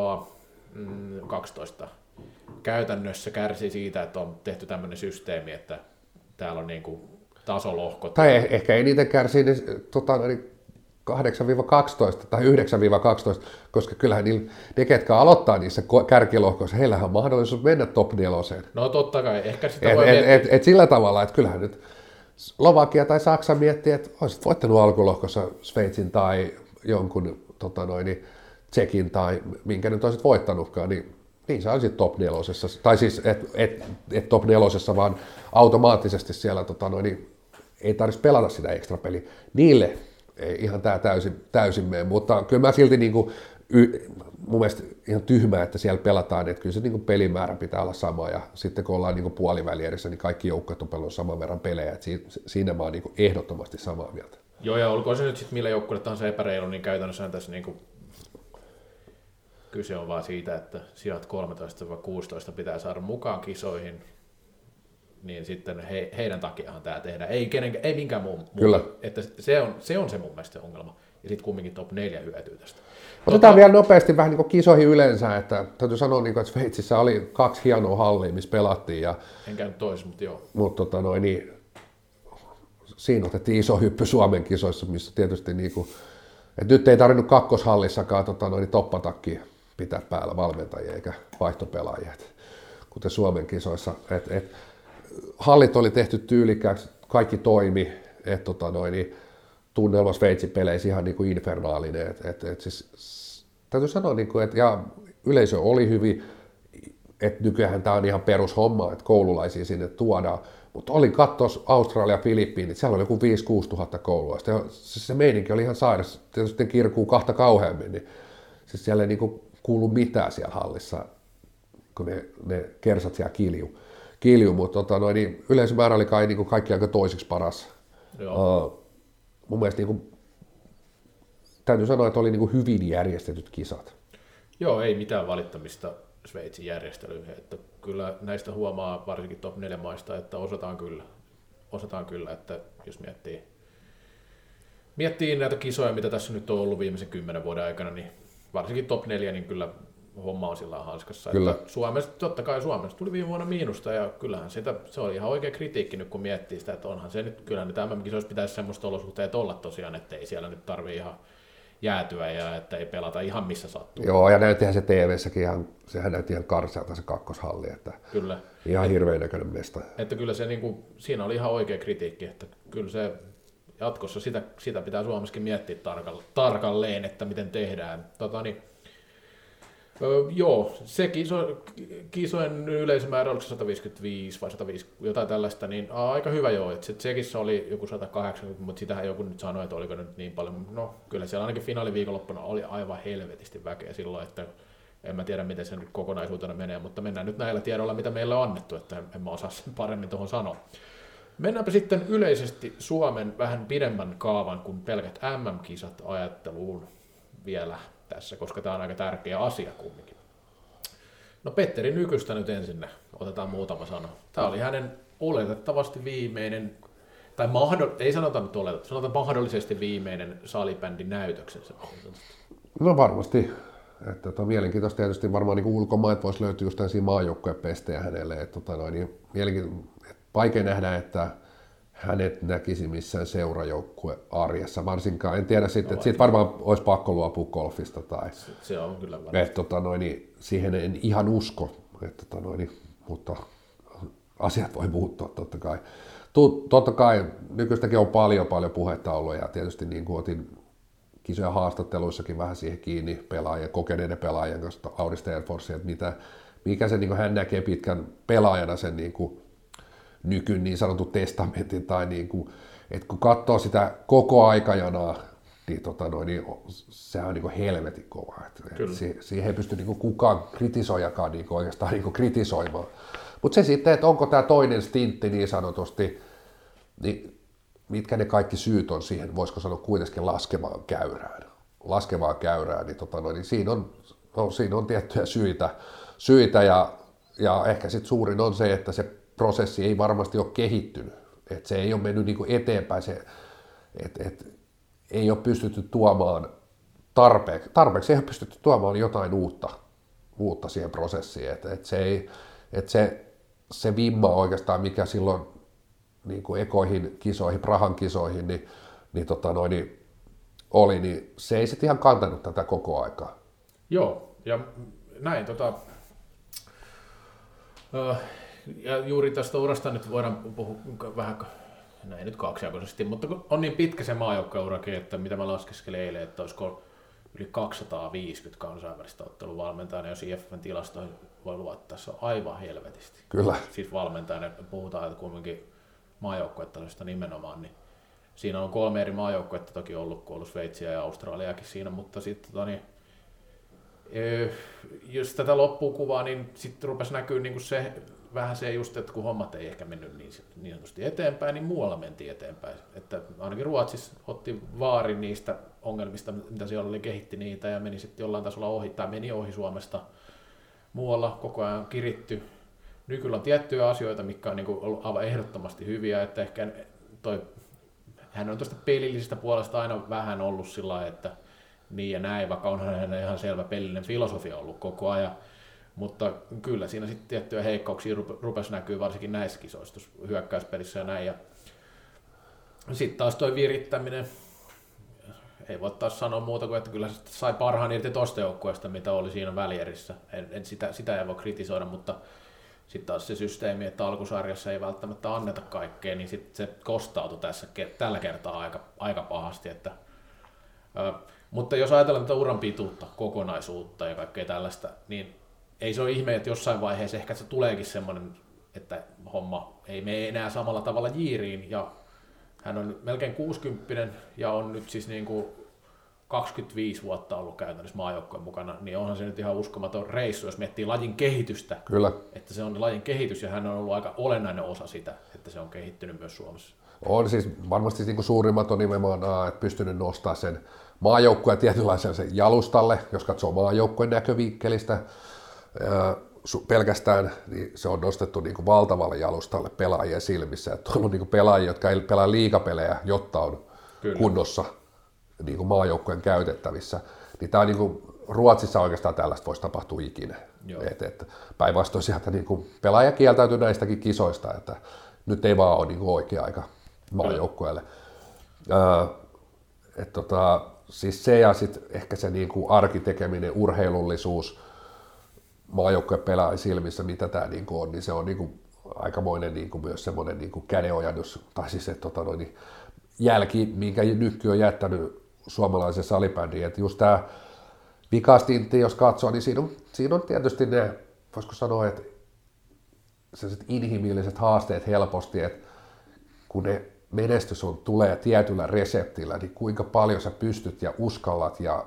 kaksitoista käytännössä kärsii siitä, että on tehty tämmöinen systeemi, että täällä on niin kuin tasolohkot. Tai ehkä eniten kärsii ne, tota, kahdeksan kaksitoista tai yhdeksän kaksitoista, koska kyllähän niillä, ne, ketkä aloittaa niissä kärkilohkoissa, heillähän on mahdollisuus mennä top neloseen. No totta kai, ehkä sitä et, voi et, et, et sillä tavalla, että kyllähän nyt Slovakia tai Saksa miettii, että olisit voittanut alkulohkossa Sveitsin tai jonkun tota noin, Tsekin tai minkä nyt olisit voittanutkaan, niin niin sä olisit top nelosessa, tai siis et, et, et top nelosessa, vaan automaattisesti siellä tota noin, niin ei tarvitsisi pelata sitä ekstra peliä. Niille ei ihan tämä täysin, täysin mene, mutta kyllä mä silti niin kuin y, mun mielestä ihan tyhmää, että siellä pelataan, että kyllä se niin kuin pelimäärä pitää olla sama, ja sitten kun ollaan niin kuin puolivälierissä, niin kaikki joukkueet on pelannut saman verran pelejä, että siinä mä oon niin kuin ehdottomasti samaa mieltä. Joo, ja olkoon se nyt sitten millä joukkueelle tahansa epäreilu, niin käytännössä tässä niin kuin kyse on vaan siitä, että sijat kolmetoista kuusitoista pitää saada mukaan kisoihin, niin sitten he, heidän takiahan tämä tehdään, ei, kenenkään, ei minkään muun. Kyllä. Että se on, se on se mun mielestä se ongelma, ja sitten kumminkin top neljä hyötyy tästä. Otetaan vielä nopeasti vähän niin kuin kisoihin yleensä, että täytyy sanoa, niin kuin, että Sveitsissä oli kaksi hienoa hallia, missä pelattiin. Ja, en käynyt toisessa, mutta joo. Mutta tota, noin, niin, siinä otettiin iso hyppy Suomen kisoissa, missä tietysti, niin kuin, että nyt ei tarvinnut kakkoshallissakaan tota, noin, toppatakkia pitää päällä valmentajia eikä vaihtopelaajia, et, kuten Suomen kisoissa. Et, et, hallit oli tehty tyylikkääksi, kaikki toimi, että tota, noin, niin, tunnelma Sveitsin peleissä ihan niin kuin infernaalinen. Et, et, et siis, täytyy sanoa, niin kuin, että ja yleisö oli hyvin, että nykyään tämä on ihan perushomma, että koululaisia sinne tuodaan, mutta oli katsoa Australia, Filippiinit, siellä oli joku viisi kuusi tuhatta koululaista, ja se, se meininki oli ihan sairas, tietysti kirkuu kahta kauheammin, niin siis siellä ei niin kuin kuulu mitään siellä hallissa, kun ne, ne kersat siellä kilju, kilju mutta tota, noin, niin yleisömäärä oli kai niin kuin kaikki aika toiseksi paras. Joo. Uh, mun mielestä niin kuin, täytyy sanoa, että oli niin kuin hyvin järjestetyt kisat. Joo, ei mitään valittamista Sveitsin järjestelyihin, että kyllä näistä huomaa varsinkin top neljä maista, että osataan kyllä, osataan kyllä, että jos miettii, miettii näitä kisoja, mitä tässä nyt on ollut viimeisen kymmenen vuoden aikana, niin varsinkin top neljä, niin kyllä homma on sillä hanskassa. Kyllä. Että Suomessa, totta kai Suomessa tuli viime vuonna miinusta, ja kyllähän sitä, se oli ihan oikea kritiikki nyt, kun miettii sitä, että onhan se nyt, kyllä nyt M M-kisoissa pitäisi semmoista olosuhteet olla tosiaan, että ei siellä nyt tarvitse ihan jäätyä ja että ei pelata ihan missä sattuu. Joo, ja näyttihän se T V:ssäkin ihan, sehän näytti ihan karsealta se kakkoshalli, että kyllä. Ihan et, hirveän näköinen mesta. Että kyllä se, niin kuin, siinä oli ihan oikea kritiikki, että kyllä se jatkossa sitä, sitä pitää Suomessakin miettiä tarkalleen, että miten tehdään. Tota, niin, öö, joo, se kiso, kisojen yleisömäärä, oliko se sata viisikymmentäviisi vai sata viisikymmentä, jotain tällaista, niin aa, aika hyvä joo, että Tsekissä oli joku sata kahdeksankymmentä, mutta sitähän joku nyt sanoi, että oliko nyt niin paljon, no kyllä siellä ainakin finaaliviikonloppuna oli aivan helvetisti väkeä silloin, että en mä tiedä miten se nyt kokonaisuutena menee, mutta mennään nyt näillä tiedoilla, mitä meille on annettu, että en mä osaa sen paremmin tuohon sanoa. Mennäänpä sitten yleisesti Suomen vähän pidemmän kaavan kuin pelkät M M-kisat ajatteluun vielä tässä, koska tämä on aika tärkeä asia kumminkin. No Petteri Nykystä nyt ensin, otetaan muutama sana. Tämä oli hänen oletettavasti viimeinen, tai mahdoll- ei sanota nyt oletettavasti, sanotaan mahdollisesti viimeinen salibändin näytöksensä. No varmasti. Että on mielenkiintoista tietysti varmaan niin ulkomaat voisi löytyä just tällaisia maajoukkojen pestejä hänelle. Että, tota noin, niin mielenkiintoista. Vaikea nähdä, että hänet näkisi missään seurajoukkue arjessa, varsinkaan. En tiedä sitten, no, että siitä varmaan olisi pakko luopua golfista. Tai, se on kyllä varmaan. Että, tota noin, niin siihen en ihan usko, että, tota noin, niin, mutta asiat voi muuttua totta kai. Totta kai nykyistäkin on paljon paljon puhetta ollut ja tietysti niin kuin otin kisojen haastatteluissakin vähän siihen kiinni pelaajien, kokeneiden pelaajien kanssa, Audi Stenforsia, että mitä, mikä se, niin kuin hän näkee pitkän pelaajana sen niin kuin nykyn niin sanotun testamentin, tai niin kuin, että kun katsoo sitä koko aikajanaa, niin, tota noin, niin sehän on niin kuin helvetin kova. Että, että siihen ei pysty niin kuin kukaan kritisoijakaan niin kuin oikeastaan niin kuin kritisoimaan. Mutta se sitten, että onko tämä toinen stintti niin sanotusti, niin mitkä ne kaikki syyt on siihen, voisiko sanoa kuitenkin laskevaan käyrään. Laskevaan käyrään, niin, tota noin, niin siinä, on, no, siinä on tiettyjä syitä, syitä ja, ja ehkä sitten suurin on se, että se prosessi ei varmasti ole kehittynyt, että se ei ole mennyt niinku eteenpäin, se, että et, ei ole pystytty tuomaan tarpeeksi, tarpeeksi ei ole pystytty tuomaan jotain uutta, uutta siihen prosessiin, että et se, ei, et se, se vimma oikeastaan, mikä silloin niinku ekoihin kisoihin, Prahan kisoihin, niin, niin, tota noin, niin oli, niin se ei sitten ihan kantanut tätä koko aikaa. Joo, ja näin tota... Uh... Ja juuri tästä urasta nyt voidaan puhua vähän, näin nyt kaksijakoisesti, mutta on niin pitkä se maajoukkueurakin, että mitä mä laskeskelin eilen, että olisiko yli kaksisataaviisikymmentä kansainvälistä otteluvalmentajana, jos I F F:n tilastoihin voi luottaa, se on aivan helvetisti. Kyllä. Siis valmentajana, puhutaan, että kuitenkin maajoukkuetta nimenomaan, niin siinä on kolme eri maajoukkuetta toki ollut, kun ollut Sveitsiä ja Australiakin siinä, mutta sitten tota, niin, Jos tätä loppuun kuvaa, niin sitten rupesi näkyä niin kuin se, vähän se just, että kun hommat ei ehkä mennyt niin, niin sanotusti eteenpäin, niin muualla mentiin eteenpäin. Että ainakin Ruotsissa otti vaarin niistä ongelmista, mitä siellä oli, kehitti niitä ja meni sitten jollain tasolla ohi, tai meni ohi Suomesta. Muualla koko ajan kiritty. Nykyllä on tiettyjä asioita, mitkä on niin kuin ollut aivan ehdottomasti hyviä, että ehkä toi, hän on tuosta pelillisestä puolesta aina vähän ollut sillä lailla, että niin ja näin, vaikka onhan hän ihan selvä pelillinen filosofia ollut koko ajan. Mutta kyllä siinä sitten tiettyjä heikkouksia rupesi näkyy varsinkin näissä kisoissa, hyökkäyspelissä ja näin. Ja sitten taas tuo virittäminen, ei voi taas sanoa muuta kuin, että kyllä se sai parhaan irti tosta joukkueesta, mitä oli siinä välierissä. En, en sitä, sitä ei voi kritisoida, mutta sitten taas se systeemi, että alkusarjassa ei välttämättä anneta kaikkea, niin sitten se kostautui tässä, tällä kertaa aika, aika pahasti. Että, ö, mutta jos ajatellaan tätä uran pituutta, kokonaisuutta ja kaikkea tällaista, niin ei se ole ihme, että jossain vaiheessa ehkä se tuleekin semmoinen, että homma ei mene enää samalla tavalla jiiriin. Ja hän on melkein kuusikymppinen ja on nyt siis niin kuin kaksikymmentäviisi vuotta ollut käytännössä maajoukkojen mukana, niin onhan se nyt ihan uskomaton reissu, jos miettii lajin kehitystä. Kyllä. Että se on lajin kehitys ja hän on ollut aika olennainen osa sitä, että se on kehittynyt myös Suomessa. On siis varmasti niin kuin suurimmat on nimenomaan, että pystynyt nostamaan sen maajoukkueen tietynlaisen sen jalustalle, jos katsoo maajoukkueen näkövinkkelistä. Pelkästään niin se on nostettu niin kuin valtavalle jalustalle pelaajien silmissä. Että on ollut niin kuin pelaajia, jotka ei pelaa liigapelejä, jotta on Kyllä. kunnossa niin kuin maajoukkueen käytettävissä. Niin tämä on niin kuin, Ruotsissa oikeastaan tällaista voisi tapahtua ikinä. Et, et, päinvastoin sieltä niin kuin pelaaja kieltäytyy näistäkin kisoista, että nyt ei vaan ole niin kuin oikea aika maajoukkueelle. Äh, et, tota, siis se ja sitten ehkä se niin kuin arkitekeminen, urheilullisuus, maajoukkojen pelaajien silmissä, mitä tämä niinku on, niin se on niinku aikamoinen niinku myös semmoinen niinku kädenojannus, tai siis se tota noin, jälki, minkä Nykky on jättänyt suomalaisen salibändiin. Että just tämä vikastintti, jos katsoo, niin siinä on, siinä on tietysti ne, voisiko sanoa, että sellaiset inhimilliset haasteet helposti, että kun ne menestys on, tulee tietyllä reseptillä, niin kuinka paljon sä pystyt ja uskallat ja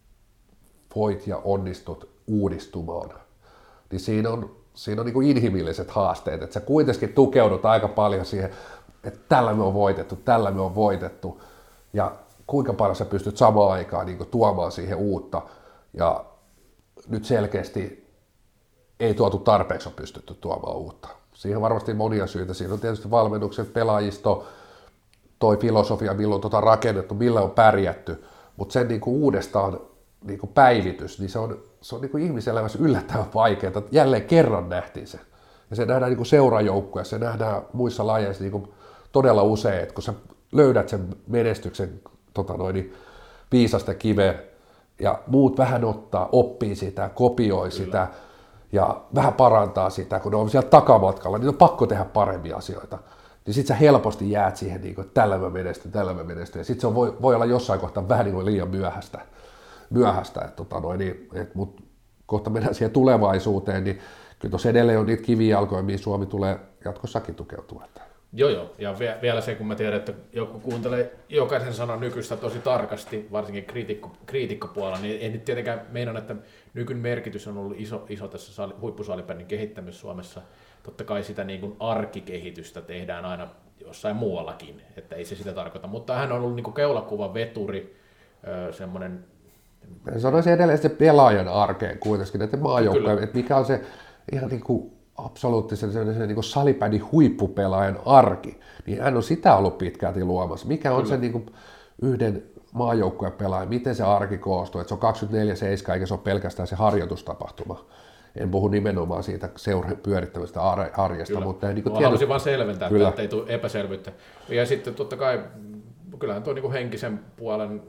voit ja onnistut uudistumaan. Niin siinä on, siinä on niin kuin inhimilliset haasteet, että sä kuitenkin tukeudut aika paljon siihen, että tällä me on voitettu, tällä me on voitettu, ja kuinka paljon sä pystyt samaan aikaan niin kuin tuomaan siihen uutta, ja nyt selkeästi ei tuotu tarpeeksi on pystytty tuomaan uutta. Siihen on varmasti monia syitä, siinä on tietysti valmennukset, pelaajisto, toi filosofia, milloin on tota rakennettu, millä on pärjätty, mutta sen niin kuin uudestaan niin kuin päivitys, niin se on, se on niin kuin ihmiselämässä yllättävän vaikeaa, että jälleen kerran nähtiin se. Ja se nähdään niin kuin seurajoukkueessa, se nähdään muissa lajeissa niin kuin todella usein, että kun sä löydät sen menestyksen tota noin, niin viisasta kiveen ja muut vähän ottaa, oppii sitä, kopioi Kyllä. sitä ja vähän parantaa sitä, kun ne on siellä takamatkalla, niin on pakko tehdä parempia asioita. Niin sit sä helposti jäät siihen, niin kuin, että tällä mä menestyn, tällä mä menestyn. Ja sit se on, voi, voi olla jossain kohtaa vähän niin kuin liian myöhäistä. myöhäistä että, tota noin, niin, et, mutta kohta mennään siihen tulevaisuuteen, niin kyllä tuossa edelleen on niitä kivijalkoja, mihin Suomi tulee jatkossakin tukeutua. Joo, joo. Ja vielä se, kun mä tiedän, että joku kuuntelee jokaisen sanan nykyistä tosi tarkasti, varsinkin kriitikko, kriitikkopuolella, niin en nyt tietenkään meinaa, että nykyn merkitys on ollut iso, iso tässä sali, huippusalibändin kehittämisessä Suomessa. Totta kai sitä niin kuin arkikehitystä tehdään aina jossain muuallakin, että ei se sitä tarkoita. Mutta hän on ollut niin kuin keulakuvan veturi, semmoinen. Mä sanoisin edelleen se pelaajan arkeen kuitenkin, että maajoukkoja, että mikä on se ihan niin kuin absoluuttisen se, se, niin kuin salibändin huippupelaajan arki, niin hän on sitä ollut pitkälti luomassa. Mikä on Kyllä. se niin kuin yhden maajoukkojen pelaaja, miten se arki koostuu, että se on kaksikymmentäneljä seitsemän eikä se ole pelkästään se harjoitustapahtuma. En puhu nimenomaan siitä seuran pyörittävästä arjesta, Kyllä. mutta niin kuin tiedot... haluaisin vaan selventää, Kyllä. että ei tule epäselvyyttä. Ja sitten totta kai, kyllähän tuo niin kuin henkisen puolen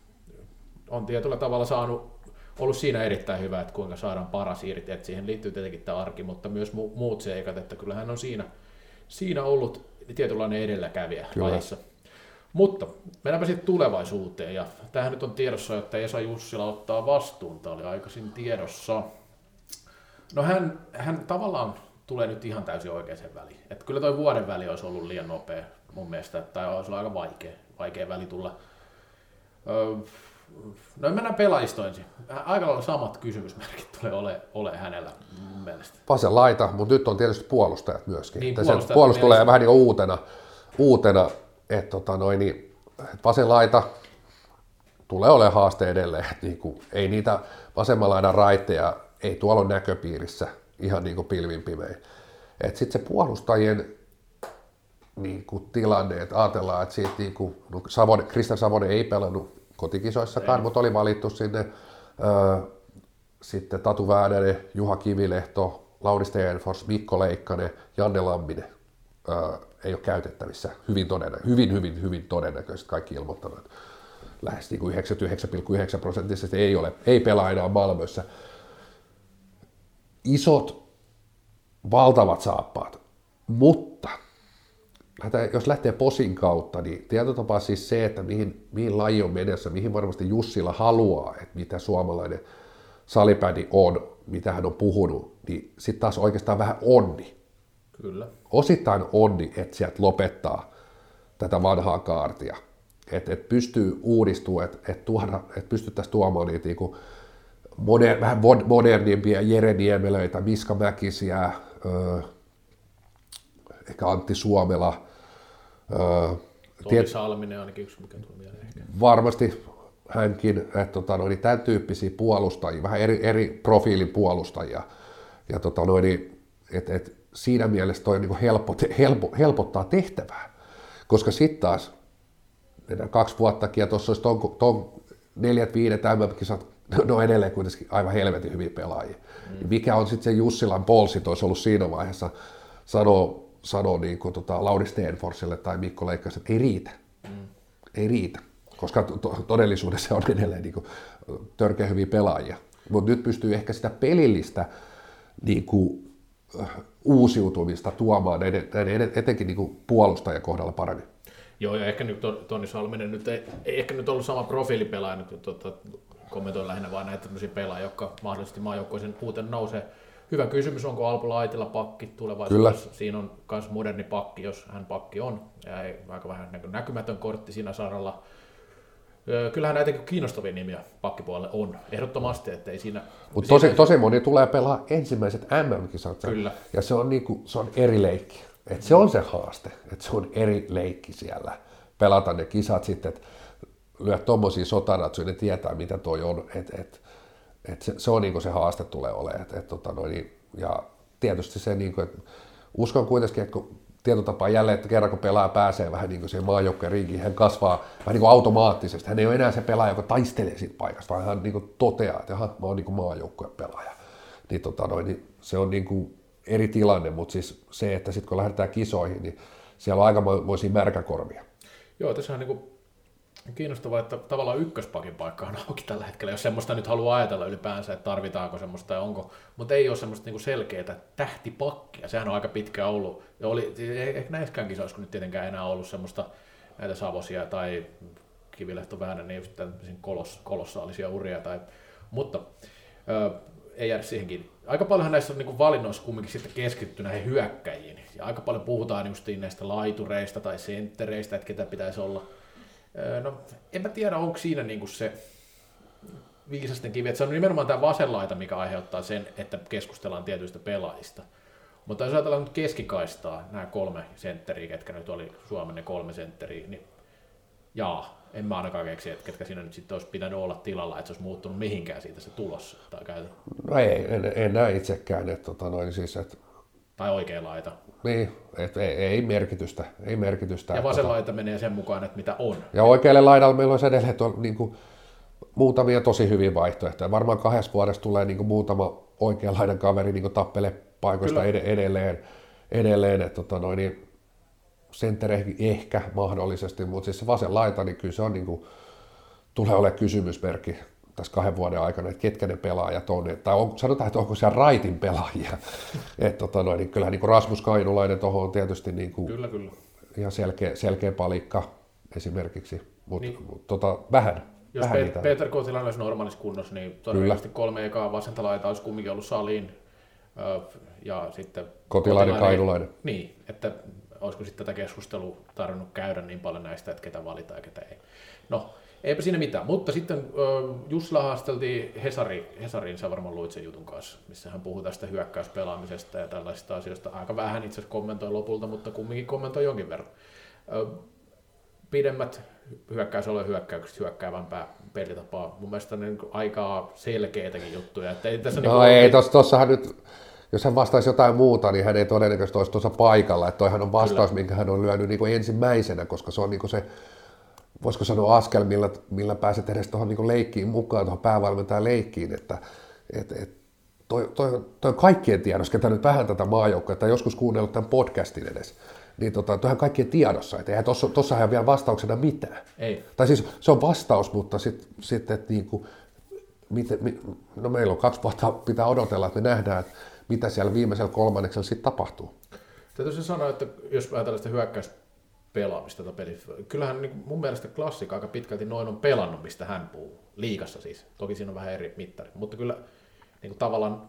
on tietyllä tavalla saanut, ollut siinä erittäin hyvä, että kuinka saadaan paras irti, että siihen liittyy tietenkin tämä arki, mutta myös mu- muut seikat, että kyllähän on siinä, siinä ollut tietynlainen edelläkävijä lajissa. Mutta mennäänpä sitten tulevaisuuteen, ja tämähän nyt on tiedossa, että Esa Jussila ottaa vastuun, tämä oli aikaisin tiedossa. No hän, hän tavallaan tulee nyt ihan täysin oikeaan väliin, että kyllä toi vuoden väli olisi ollut liian nopea mun mielestä, tai olisi ollut aika vaikea, vaikea väli tulla. Öö, no mennään pelaajistointiin. Aika lailla samat kysymysmerkit tulee ole, ole hänellä mun mielestä. Vasen laita, mutta nyt on tietysti puolustajat myöskin. Niin, puolustajat puolustus tulee vähän niin kuin uutena, uutena että tota noin, niin, et vasen laita tulee olemaan haaste edelleen. Niin kuin, ei niitä vasemman laidan raitteja, ei tuolla ole näköpiirissä ihan niin kuin pilvin pimein. Sitten se puolustajien niin kuin tilanne, että ajatellaan, että siitä niin kuin, no Savonen, Kristian Savonen ei pelannut kotikisoissakaan, ei. Mutta oli valittu sinne ö, sitten Tatu Väänänen, Juha Kivilehto, Lauri Stenfors, Mikko Leikkanen, Janne Lamminen ö, ei ole käytettävissä. Hyvin, todennä, hyvin, hyvin, hyvin todennäköisesti kaikki ilmoittanut, että lähes niin kuin yhdeksänkymmentäyhdeksän pilkku yhdeksän prosenttisesti ei, ole, ei pelaa enää Malmössä. Isot, valtavat saappaat, mutta jos lähtee posin kautta, niin tietotapa siis se, että mihin, mihin laji on menossa, mihin varmasti Jussila haluaa, että mitä suomalainen salipädi on, mitä hän on puhunut, niin sitten taas oikeastaan vähän onni. Kyllä. Osittain onni, että sieltä lopettaa tätä vanhaa kaartia, että et pystyy uudistumaan, että et et pystyttäisiin tuomaan niitä niinku moder, vähän modernimpia Jere Niemelöitä, Miska Mäkisiä, öö, ehkä Antti Suomela. Öö, Tomi Salminen ainakin yksi, mikä tuli mieleen ehkä. Varmasti hänkin, että tota, no, niin tämän tyyppisiä puolustajia, vähän eri, eri profiilin puolustajia. Ja tota, no, niin, et, et, siinä mielessä toi niin helpo, helpo, helpottaa tehtävää, koska sitten taas kaksi vuottakin ja tuossa olisi ton, ton neljät, viidet M M-kisat, no edelleen kuitenkin aivan helvetin hyviä pelaajia. Mm. Mikä on sitten se Jussilan polsi, olisi ollut siinä vaiheessa sanoa, sanoo niin kuin, tota, Lauri Stenforsille tai Mikko Leikkaselle, että ei riitä. Mm. Ei riitä, koska to- todellisuudessa on edelleen niin kuin, törkeä hyviä pelaajia. Mutta nyt pystyy ehkä sitä pelillistä niin kuin, uusiutumista tuomaan näiden, näiden etenkin niin kuin puolustajien kohdalla paremmin. Joo, ja ehkä nyt Toni Salminen nyt ei, ei ehkä nyt ollut sama profiilipelaaja, nyt tuota, kommentoin lähinnä vaan näitä tämmöisiä pelaajia, jotka mahdollisesti maajoukkoisen uuten nousee. Hyvä kysymys, onko Alpo Laitila pakki tulevaisuudessa? Kyllä. Siinä on myös moderni pakki, jos hän pakki on, ja ei, aika vähän näkymätön kortti siinä saralla. Kyllähän näitä kiinnostavia nimiä pakkipuolelle on, ehdottomasti, että ei siinä... Mutta tosi, tosi moni tulee pelaa ensimmäiset M M-kisat, Kyllä. ja se on, niinku, se on eri leikki. Et se on se haaste, että se on eri leikki siellä. Pelata ne kisat sitten, että lyö tommosia sotaratsuja, ne tietää mitä toi on, että et, et se, se on niinku se haaste tulee olemaan. Et, et, tota noin, ja tietysti se, niinku, että uskon kuitenkin, että kun tietotapaa jälleen, että kerran kun pelaa pääsee vähän niin kuin siihen maajoukkojen rinkiin, hän kasvaa vähän niin kuin automaattisesti. Hän ei ole enää se pelaaja, joka taistelee siitä paikasta, vaan hän niin kuin toteaa, että jaha, mä oon niin kuin maajoukkojen pelaaja. Niin, tota noin, niin se on niin kuin eri tilanne, mutta siis se, että sitten kun lähdetään kisoihin, niin siellä on aikamoisia märkäkorvia. Joo, tässä on niin kuin kiinnostavaa, että tavallaan ykköspakin paikka on auki tällä hetkellä, jos semmoista nyt haluaa ajatella ylipäänsä, että tarvitaanko semmoista tai onko, mutta ei ole semmoista niin kuin selkeää tähtipakkia, sehän on aika pitkä ollut, ja oli, ehkä näissäkään kisoissa, kun nyt tietenkään enää ollut semmoista näitä Savosia tai Kivilehto Väänänen, niin just kolos, kolossaalisia uria, tai, mutta ö, ei jäädä siihenkin. Aika paljonhan näissä on niin kuin valinnoissa kumminkin sitten keskitty näihin hyökkäjiin, ja aika paljon puhutaan justiin näistä laitureista tai senttereistä, että ketä pitäisi olla. No, en mä tiedä, onko siinä niinku se viisasten kivi, että se on nimenomaan tämä vasen laita, mikä aiheuttaa sen, että keskustellaan tietyistä pelaajista. Mutta jos ajatellaan nyt keskikaistaa, nämä kolme sentteriä, ketkä nyt oli Suomen ne kolme sentteriä, niin jaa, en mä ainakaan keksi, että ketkä siinä nyt sitten olisi pitänyt olla tilalla, että se olisi muuttunut mihinkään siitä se tulos. Tai käytä. No ei, en, en näe itsekään, että tota noin siis, että... Tai oikea laita. Niin, että ei, ei merkitystä, ei merkitystä. Ja vasen laita menee sen mukaan, että mitä on. Ja oikealle laidalle meillä on edelleen tuolla, niin kuin, muutamia tosi hyviä vaihtoehtoja. Varmaan kahdessa vuodessa tulee niin kuin, muutama oikean laidan kaveri niin tappele paikoista ed- edelleen, edelleen että tota, noin, niin, senttereihin ehkä mahdollisesti, mutta siis se vasen laita, niin kyllä se on, niin kuin, tulee olemaan kysymysmerkki tässä kahden vuoden aikana, että ketkä ne pelaajat on, tai on, sanotaan, että onko siellä raitin pelaajia. että tota noin, niin kyllähän niin kuin Rasmus Kainulainen tuohon on tietysti niin kuin kyllä, kyllä. ihan selkeä, selkeä palikka esimerkiksi, mutta niin. mut, tota, vähän. Jos vähän Pe- Peter Kotilainen olisi normaalissa kunnossa, niin todennäköisesti kolme ekaa vasenta laitaa olisi kumminkin ollut Salin ja sitten Kotilainen, Kainulainen. Niin, että olisiko sitten tätä keskustelua tarvinnut käydä niin paljon näistä, että ketä valitaan ja ketä ei. No, Eipä siinä mitään, mutta sitten Jussila haasteltiin Hesari, Hesariin, sä varmaan luit sen jutun kanssa, missä hän puhui tästä hyökkäyspelaamisesta ja tällaisista asioista. Aika vähän itse asiassa kommentoi lopulta, mutta kumminkin kommentoi jonkin verran. Pidemmät hyökkäysalueen hyökkäykset, hyökkäävämpää pelitapaa. Mun mielestä ne on aika selkeitäkin juttuja. Että ei tässä no niin ei, tos, tossahan nyt, jos hän vastaisi jotain muuta, niin hän ei todennäköisesti olisi tuossa paikalla. Että toihan on vastaus, Kyllä. minkä hän on lyönyt niin kuin ensimmäisenä, koska se on niin kuin se, voisiko sanoa askel, millä, millä pääset edes tuohon niin leikkiin mukaan, tuohon päävalmentajan leikkiin, että et, et, toi, toi, toi on kaikkien tiedossa, ketä nyt vähän tätä maajoukkoa, että joskus kuunnellut tämän podcastin edes, niin tota, toihan kaikkien tiedossa, että eihän tuossa, tuossahan ei ole vielä vastauksena mitään. Ei. Tai siis se on vastaus, mutta sitten, sit, että niin kuin, miten, no meillä on kaksi vuotta pitää odotella, että me nähdään, että mitä siellä viimeisellä kolmanneksella sitten tapahtuu. Täytyy sanoa, että jos ajatellaan sitä hyökkäyspelaamista tätä peliä, kyllähän niin mun mielestä Klassikko aika pitkälti noin on pelannut, mistä hän puhuu, liigassa siis. Toki siinä on vähän eri mittari, mutta kyllä niin kuin tavallaan,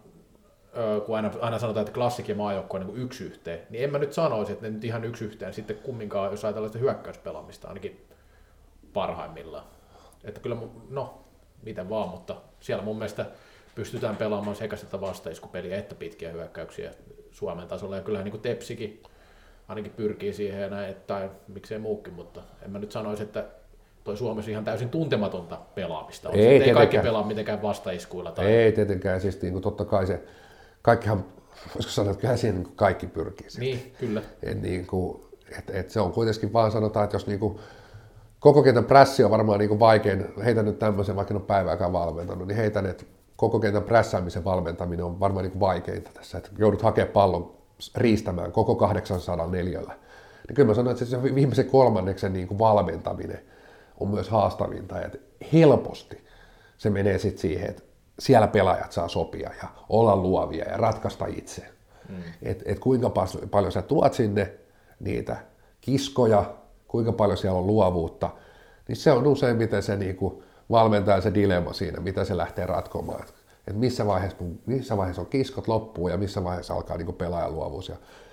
kun aina, aina sanotaan, että Klassik ja maajoukko on niin kuin yksi yhteen, niin en mä nyt sanoisi, että ne nyt ihan yksi yhteen sitten kumminkaan, jos ajatellaan sitä hyökkäyspelaamista ainakin parhaimmillaan. Että kyllä, no, miten vaan, mutta siellä mun mielestä pystytään pelaamaan sekä sitä vastaiskupeliä että pitkiä hyökkäyksiä Suomen tasolla. Ja kyllähän niin kuin Tepsikin ainakin pyrkii siihen ja näin, tai miksei muukin, mutta en mä nyt sanoisi, että toi Suomessa ihan täysin tuntematonta pelaamista. Ei, ei kaikki pelaa mitenkään vastaiskuilla. Tai... Ei tietenkään, siis niin kuin totta kai se, kaikkihan, voisiko sanoa, että kyllähän siihen niin kaikki pyrkii. Siihen. Niin, kyllä. Et, niin kuin, et, et se on kuitenkin vaan sanotaan, että jos niin kuin, koko kentän prässi on varmaan niin kuin vaikein, heitän nyt tämmöisen, vaikka en ole päivääkään valmentanut, niin heitän, että koko kentän prässäämisen valmentaminen on varmaan niin kuin vaikeinta tässä, että joudut hakemaan pallon riistämään koko kahdeksansataaneljä. Niin kyllä mä sanon, että se viimeisen kolmanneksen niin kuin valmentaminen on myös haastavinta, että helposti se menee sitten siihen, että siellä pelaajat saa sopia ja olla luovia ja ratkaista itse. Mm. Että et kuinka paljon sä tuot sinne niitä kiskoja, kuinka paljon siellä on luovuutta, niin se on useimmiten se niin kuin valmentaa se dilemma siinä, mitä se lähtee ratkomaan. Että missä vaiheessa, missä vaiheessa on kiskot loppuu ja missä vaiheessa alkaa niin kuin pelaajan luovuus. Ja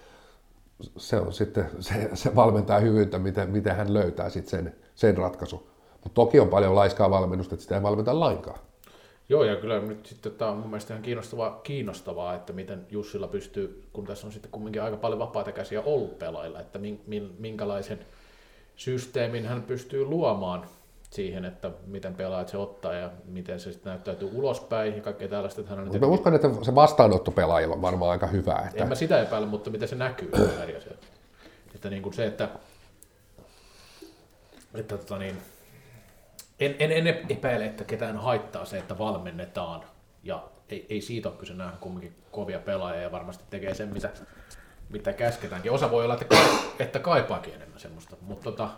se on sitten se, se valmentaa hyvyyttä, miten, miten hän löytää sitten sen, sen ratkaisun. Mutta toki on paljon laiskaa valmennusta, että sitä ei valmenta lainkaan. Joo, ja kyllä nyt sitten tämä on mun mielestä ihan kiinnostavaa, kiinnostavaa, että miten Jussilla pystyy, kun tässä on sitten kumminkin aika paljon vapaita käsiä ollut pelailla, että minkälaisen systeemin hän pystyy luomaan siihen, että miten pelaajat se ottaa ja miten se sitten näyttäytyy ulospäin ja kaikkea tällaista. Että hän on mä uskon, että se vastaanotto pelaajilla on varmaan aika hyvä. Että... En mä sitä epäile, mutta miten se näkyy. Että niin kuin se, että, että tota niin, en, en, en epäile, että ketään haittaa se, että valmennetaan ja ei, ei siitä ole kyse, nämä kumminkin kovia pelaajia ja varmasti tekee sen, mitä, mitä käsketäänkin. Osa voi olla, että, että kaipaakin enemmän semmoista, mutta tota,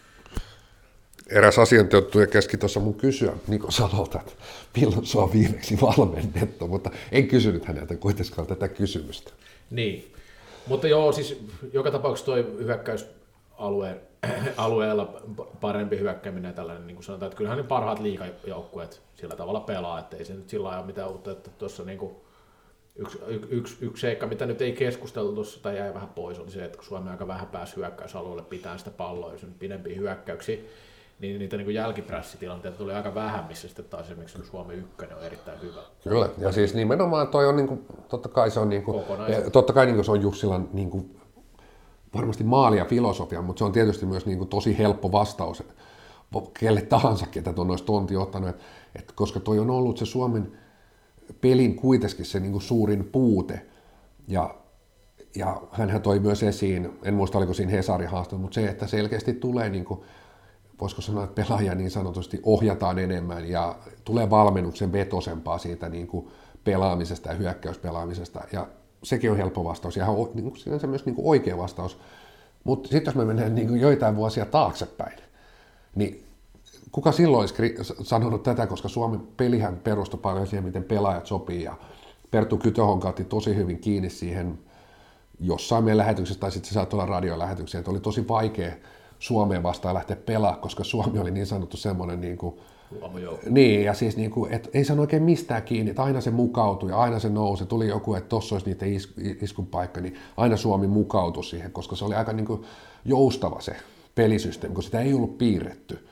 eräs asiantuntija keski tuossa mun kysyä Niko Salolta, että milloin se on viimeksi valmennettu, mutta en kysynyt häneltä kuitenkaan tätä kysymystä. Niin, mutta joo, siis joka tapauksessa tuo hyökkäysalue, alueella parempi hyökkääminen ja tällainen, niin kuin sanotaan, että kyllähän ne parhaat liigajoukkueet sillä tavalla pelaa, että ei se nyt sillä lailla ole mitään uutta, että tuossa niin kuin yksi, yksi, yksi seikka, mitä nyt ei keskusteltu tuossa tai jäi vähän pois, oli se, että kun Suomi aika vähän pääsi hyökkäysalueelle pitää sitä palloa, jos on pidempiä hyökkäyksiä, niin niitä niin jälkiprässitilanteita tuli aika vähän, missä sitten taas esimerkiksi Suomi ykkönen on erittäin hyvä. Kyllä, ja siis nimenomaan toi on, niin kuin, totta kai se on, niin kuin, totta kai niin kuin se on Jussilan niin kuin, varmasti maali ja filosofia, mutta se on tietysti myös niin kuin, tosi helppo vastaus kelle tahansa, ketä tuon olisi tonti ottanut, että, että koska toi on ollut se Suomen pelin kuitenkin se niin kuin suurin puute, ja, ja hänhän toi myös esiin, en muista oliko siinä Hesarin haastattelu, mutta se, että selkeästi tulee niin kuin, voisiko sanoa, että pelaajia niin sanotusti ohjataan enemmän ja tulee valmennuksen vetosempaa siitä niin kuin pelaamisesta ja hyökkäyspelaamisesta. Ja sekin on helppo vastaus ja niin kuin sinänsä myös niin kuin oikea vastaus. Mutta sitten jos me mennään niin kuin joitain vuosia taaksepäin, niin kuka silloin olisi sanonut tätä, koska Suomen pelihän perustui paljon siihen, miten pelaajat sopii. Ja Perttu Kytöhonka otti tosi hyvin kiinni siihen jossain meidän lähetyksessä, tai sitten se saattoi olla radiolähetyksiä, että oli tosi vaikea Suomeen vastaan lähteä pelaamaan, koska Suomi oli niin sanottu semmoinen, niin kuin, niin, ja siis niin kuin, että ei sano oikein mistään kiinni, että aina se mukautui ja aina se nousi, tuli joku, että tossa olisi niiden is, iskun paikka, niin aina Suomi mukautui siihen, koska se oli aika niin kuin joustava se pelisysteemi, kun sitä ei ollut piirretty,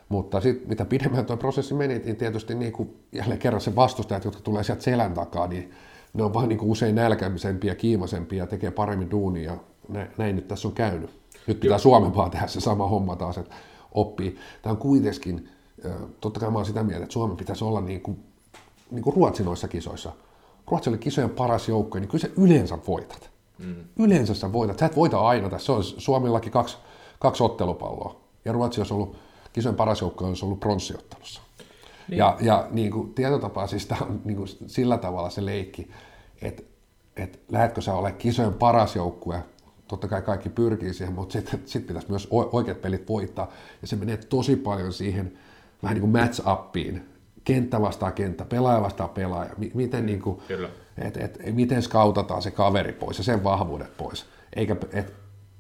Mutta sitten mitä pidemmän tuo prosessi meni, niin tietysti niin kuin jälleen kerran se vastustajat, jotka tulee sieltä selän takaa, niin ne on vaan niin kuin usein nälkäisempiä, kiimaisempia ja tekee paremmin duunia. Näin nyt tässä on käynyt. Nyt pitää Suomen vaan tehdä se sama homma taas, että oppii. Tämä on kuitenkin, totta kai mä oon sitä mieltä, että Suomen pitäisi olla niin kuin, niin kuin Ruotsin noissa kisoissa. Ruotsi oli kisojen paras joukko, niin kyllä se yleensä voitat. Mm. Yleensä sä voitat. Sä et voita aina tässä. Se on Suomellakin kaksi, kaksi ottelupalloa. Ja Ruotsi olisi ollut, kisojen paras joukko olisi ollut pronssiottelussa. Niin. Ja, ja niin kuin tietotapaisista on niin kuin sillä tavalla se leikki, että, että lähdetkö sä olemaan kisojen paras joukkue, totta kai kaikki pyrkii siihen, mutta sitten sit pitäisi myös oikeat pelit voittaa. Ja se menee tosi paljon siihen vähän niin kuin match-upiin. Kenttä vastaan kenttä, pelaaja vastaan pelaaja. Miten, niin kuin, et, et, miten skautataan se kaveri pois ja sen vahvuudet pois. Eikä, et,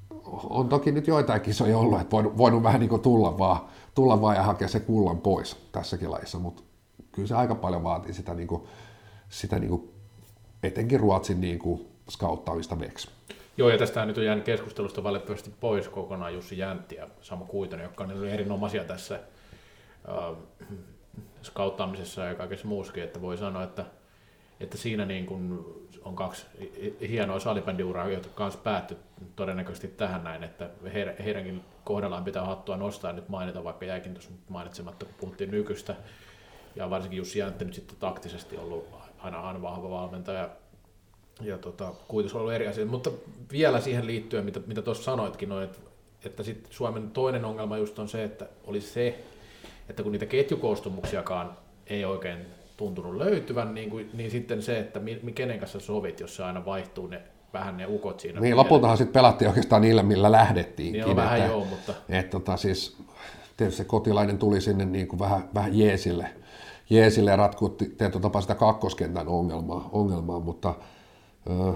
on toki nyt joitain kisoja ollut, että voinut, voinut vähän niin kuin tulla, vaan, tulla vaan ja hakea se kullan pois tässäkin lajissa, mutta kyllä se aika paljon vaatii sitä, niin kuin, sitä niin kuin, etenkin Ruotsin niin kuin skauttaamista veksi. Joo, ja tästähän nyt on jäänyt keskustelusta valitettavasti pois kokonaan Jussi Jäntti ja Samu Kuitonen, jotka on erinomaisia tässä äh, skauttaamisessa ja kaikessa muussakin, että voi sanoa, että, että siinä niin kuin on kaksi hienoa salibändiuraa, jotka kanssa päättyi todennäköisesti tähän näin, että heidänkin kohdallaan pitää hattua nostaa nyt mainita, vaikka jäikin tuossa mainitsematta, kun puhuttiin nykyistä, ja varsinkin Jussi Jäntti nyt sitten taktisesti ollut aina, aina vahva valmentaja, ja tota, Kuitus on ollut eri asia, mutta vielä siihen liittyen, mitä, mitä tuossa sanoitkin, on, että, että sitten Suomen toinen ongelma just on se, että oli se, että kun niitä ketjukoostumuksiakaan ei oikein tuntunut löytyvän, niin, kuin, niin sitten se, että mi, kenen kanssa sovit, jos se aina vaihtuu ne, vähän ne ukot siinä. Niin, lopultahan sitten pelattiin oikeastaan niillä, millä lähdettiinkin. Niin on vähän että, joo, mutta... Että, tota, siis, tietysti se kotilainen tuli sinne niin kuin vähän, vähän jeesille, jeesille ja ratkuutti tietyllä tapaa sitä kakkoskentän ongelmaa, ongelmaa mutta ö,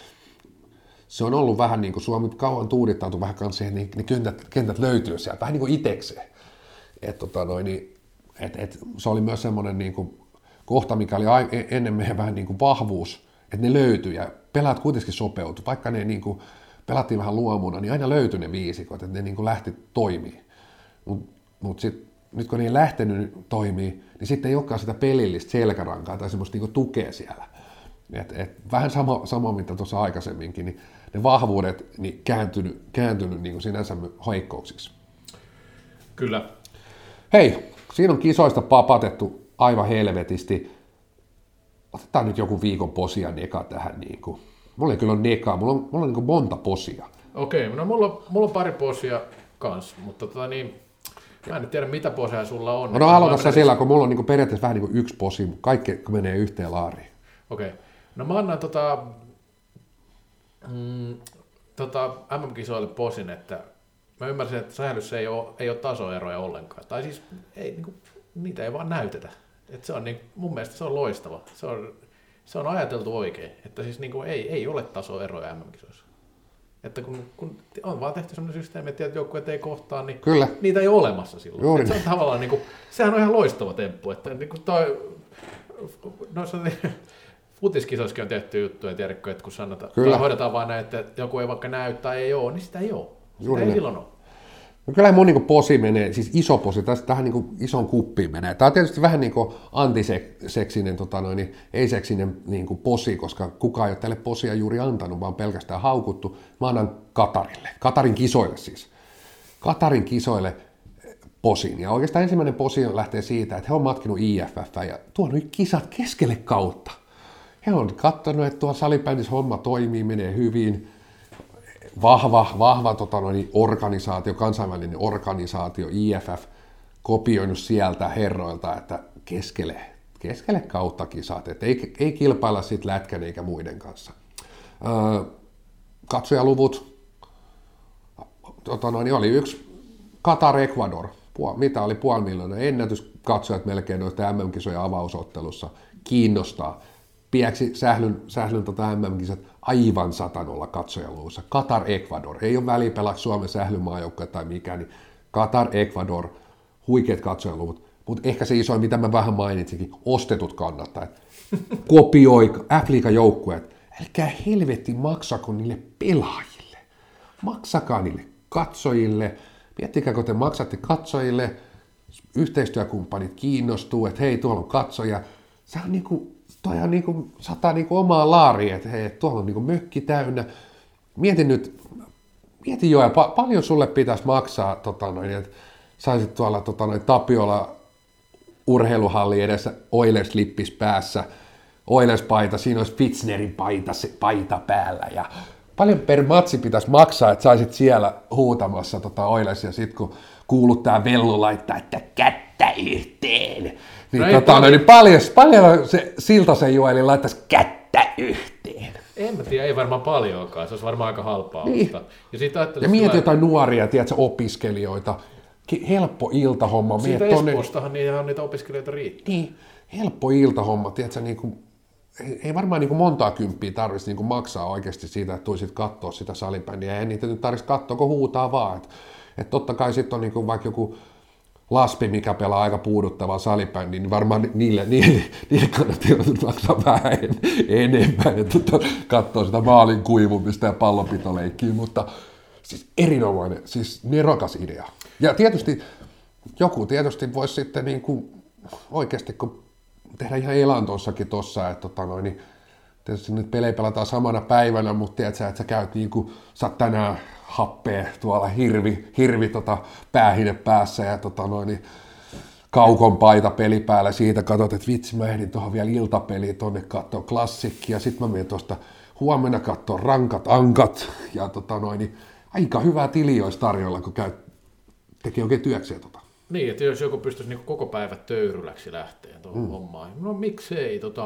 se on ollut vähän niin kuin Suomi kauan tuudittautui vähän kanssa siihen, niin ne kentät, kentät löytyy sieltä, vähän niin kuin itekseen. Et, tota, noin, niin, et, et, se oli myös semmoinen niin kuin kohta, mikä oli ennen meidän vähän niin kuin vahvuus, että ne löytyi ja pelaat kuitenkin sopeutui, vaikka ne niin kuin pelattiin vähän luomuna, niin aina löytyi ne viisikot, että ne niin kuin lähti toimii. Mutta mut nyt kun ne ei lähtenyt toimii, niin sitten ei olekaan sitä pelillistä selkärankaa tai semmoista niin kuin tukea siellä. Et, et, vähän sama, sama mitä tuossa aikaisemminkin, niin ne vahvuudet niin kääntynyt, kääntynyt niin kuin sinänsä heikkouksiksi. Kyllä. Hei, siinä on kisoista papatettu aivan helvetisti. Otetaan nyt joku viikon posia neka tähän. Niin kuin. Mulla ei kyllä ole nekaa, mulla on, mulla on niin kuin monta posia. Okei, no mulla, mulla on pari posia kanssa, mutta tota niin, mä en nyt tiedä mitä posia sulla on. No, no aloita sä siellä, kun mulla on niin kuin periaatteessa vähän niin kuin yksi posi, mutta kaikki menee yhteen laariin. Okei, no mä annan tota, mm, tota M M-kisoille posin, että mä ymmärsin, että sählyssä ei ole, ei ole tasoeroja ollenkaan. Tai siis ei, niin kuin, niitä ei vaan näytetä. Et se on, niin, mun mielestä se on loistava. Se on, se on ajateltu oikein. Että siis niin kuin, ei, ei ole tasoeroja M M-kisoissa. Että kun, kun on vaan tehty sellainen systeemi, että joukkueet ei kohtaa, niin Kyllä. niitä ei ole olemassa silloin. Et se on tavallaan, niin kuin, sehän on ihan loistava temppu. Että niin kuin toi, noissa futiskisoissakin on tehty juttuja, tiedätkö, että kun sanotaan, tai hoidetaan vaan näin, että joku ei vaikka näy tai ei ole, niin sitä ei ole. Sitä Juuri ei ne. Silloin ole. No kyllähän mun niin posi menee, siis iso posi, tästä tähän niin ison kuppiin menee. Tämä on tietysti vähän niin kuin antiseksinen, tota noin, ei-seksinen niin kuin posi, koska kukaan ei ole tälle posia juuri antanut, vaan pelkästään haukuttu. Mä annan Katarille, Katarin kisoille siis. Katarin kisoille posin. Ja oikeastaan ensimmäinen posi lähtee siitä, että he on matkinut I F F ja tuonut kisat keskelle kautta. He on katsonut, että tuolla salibändissä homma toimii, menee hyvin. Vahva, vahva tota noin, organisaatio, kansainvälinen organisaatio, I F F, kopioinut sieltä herroilta, että keskelle, keskelle kautta kisat, että ei, ei kilpailla sit lätkän eikä muiden kanssa. Öö, katsojaluvut, tota noin, oli yksi Qatar Ecuador, puol, mitä oli puoli miljoonaa ennätys, katsojat melkein noista M M-kisojen avausottelussa, kiinnostaa. Pieksi sählyn, sählyn tota M M-kisat aivan satanolla katsojaluvussa. Qatar, Ecuador. Ei ole väliä pelaa Suomen sählymaajoukkoja tai mikään, niin Qatar, Ecuador, huikeat katsojaluvut. Mutta ehkä se isoin, mitä mä vähän mainitsinkin, ostetut kannattajat. Kopioi F-liigan joukkueet. Älkää helvetti maksako niille pelaajille. Maksakaa niille katsojille. Miettikää, kun te maksatte katsojille, yhteistyökumppanit kiinnostuu, että hei, tuolla on katsoja. Sehän on niin kuin, toi on niin kuin, sataa niin kuin omaa laariin, että hei, tuolla on niin kuin mökki täynnä. Mietin nyt, mietin jo, pa- paljon sulle pitäisi maksaa, tota noin, että saisit tuolla tota noin, Tapiola urheiluhalli edessä Oilers-lippis päässä, Oilers-paita, siinä olisi Fitznerin paita, se paita päällä ja paljon per matsi pitäisi maksaa, että saisit siellä huutamassa tota Oilers ja sitten kun kuulut tää vellu laittaa, että kättä yhteen, niin, no tota, no, niin paljon, paljon se Siltasen Joeli laittaisi kättä yhteen. En mä tiedä, ei varmaan paljonkaan, se olisi varmaan aika halpaa niin. ostaa. Ja, ja mieti vai... jotain nuoria, tiedätkö, opiskelijoita, helppo iltahomma. Siitä Espoostahan niitä on niitä opiskelijoita riittää. Niin, helppo iltahomma, tiedätkö, niin kuin, ei, ei varmaan niin kuin montaa kymppiä tarvitsisi niin kuin maksaa oikeasti siitä, että tulisit katsoa sitä salibändiä, ja niitä nyt tarvitsisi katsoa, kun huutaa vaan. Että et totta kai sitten on niin kuin vaikka joku Laspi, mikä pelaa aika puuduttavaa salibändiä, niin varmaan niille, niille, niille kannattaa maksaa vähän enemmän, että katsoo sitä maalin kuivumista ja pallopitoleikkiä, mutta siis erinomainen, siis nerokas idea. Ja tietysti joku tietysti voisi sitten niin kuin oikeasti kun tehdä ihan elantoissakin tuossa, että tota noin, niin tietysti nyt pelejä pelataan samana päivänä, mutta tiedätkö, että sä käyt niin kuin, sä oot tänään happea tuolla hirvi, hirvi tota, päähine päässä ja tota noin, niin kaukon paita peli päällä, siitä katsot, että vitsi, mä ehdin tuohon vielä iltapeliin tonne katsoa klassikkia, sitten mä menen tuosta huomenna katsoa rankat ankat ja tota noin, niin aika hyvää tiliä olisi tarjolla, kun käy, tekee oikein työkseen tota. Niin, että jos joku pystyisi niin koko päivä töyryläksi lähteen tuohon mm. hommaan, no miksei, tota...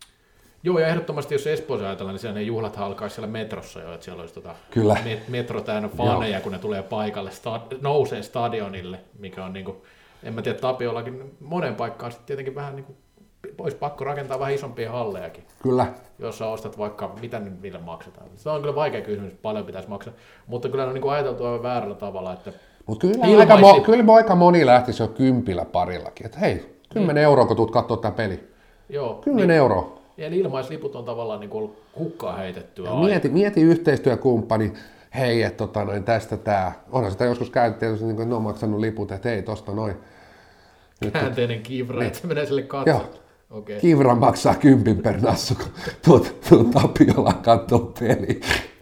Joo, ja ehdottomasti jos Espoossa ajatellaan, niin siellä ne juhlat alkaisi siellä metrossa jo, että siellä olisi tota Kyllä. Met- metro täynnä faneja, kun ne tulee paikalle, sta- nousee stadionille, mikä on niin kuin, en mä tiedä, Tapiolakin monen paikkaan sitten tietenkin vähän niin kuin, olisi pakko rakentaa vähän isompia hallejakin. Kyllä. Jos sä ostat vaikka, mitä niille maksetaan. Se on kyllä vaikea kysymys, paljon pitäisi maksaa, mutta kyllä ne on niin kuin ajateltu aivan väärällä tavalla, että mutta kyllä, ilmaisi... aika, mo- kyllä aika moni lähtisi jo kympillä parillakin, että hei, kymmenen niin. euroa, kun tulet katsoa tämän peli. Joo. Kymmenen niin. euroa. Eli ilmaisliput on tavallaan niin kuin hukkaan heitettyä. Mieti, mieti yhteistyökumppani, hei, että tota, noin, tästä tämä, onhan sitä joskus käynyt tietysti, niin kuin ne on maksanut liput, että hei, tosta noin. Käänteinen kivra, niin. Että se menee sille katsomaan. Okay. Kivra maksaa kympin per nassu, kun tuut, tuut Tapiolaan katsoa peliä.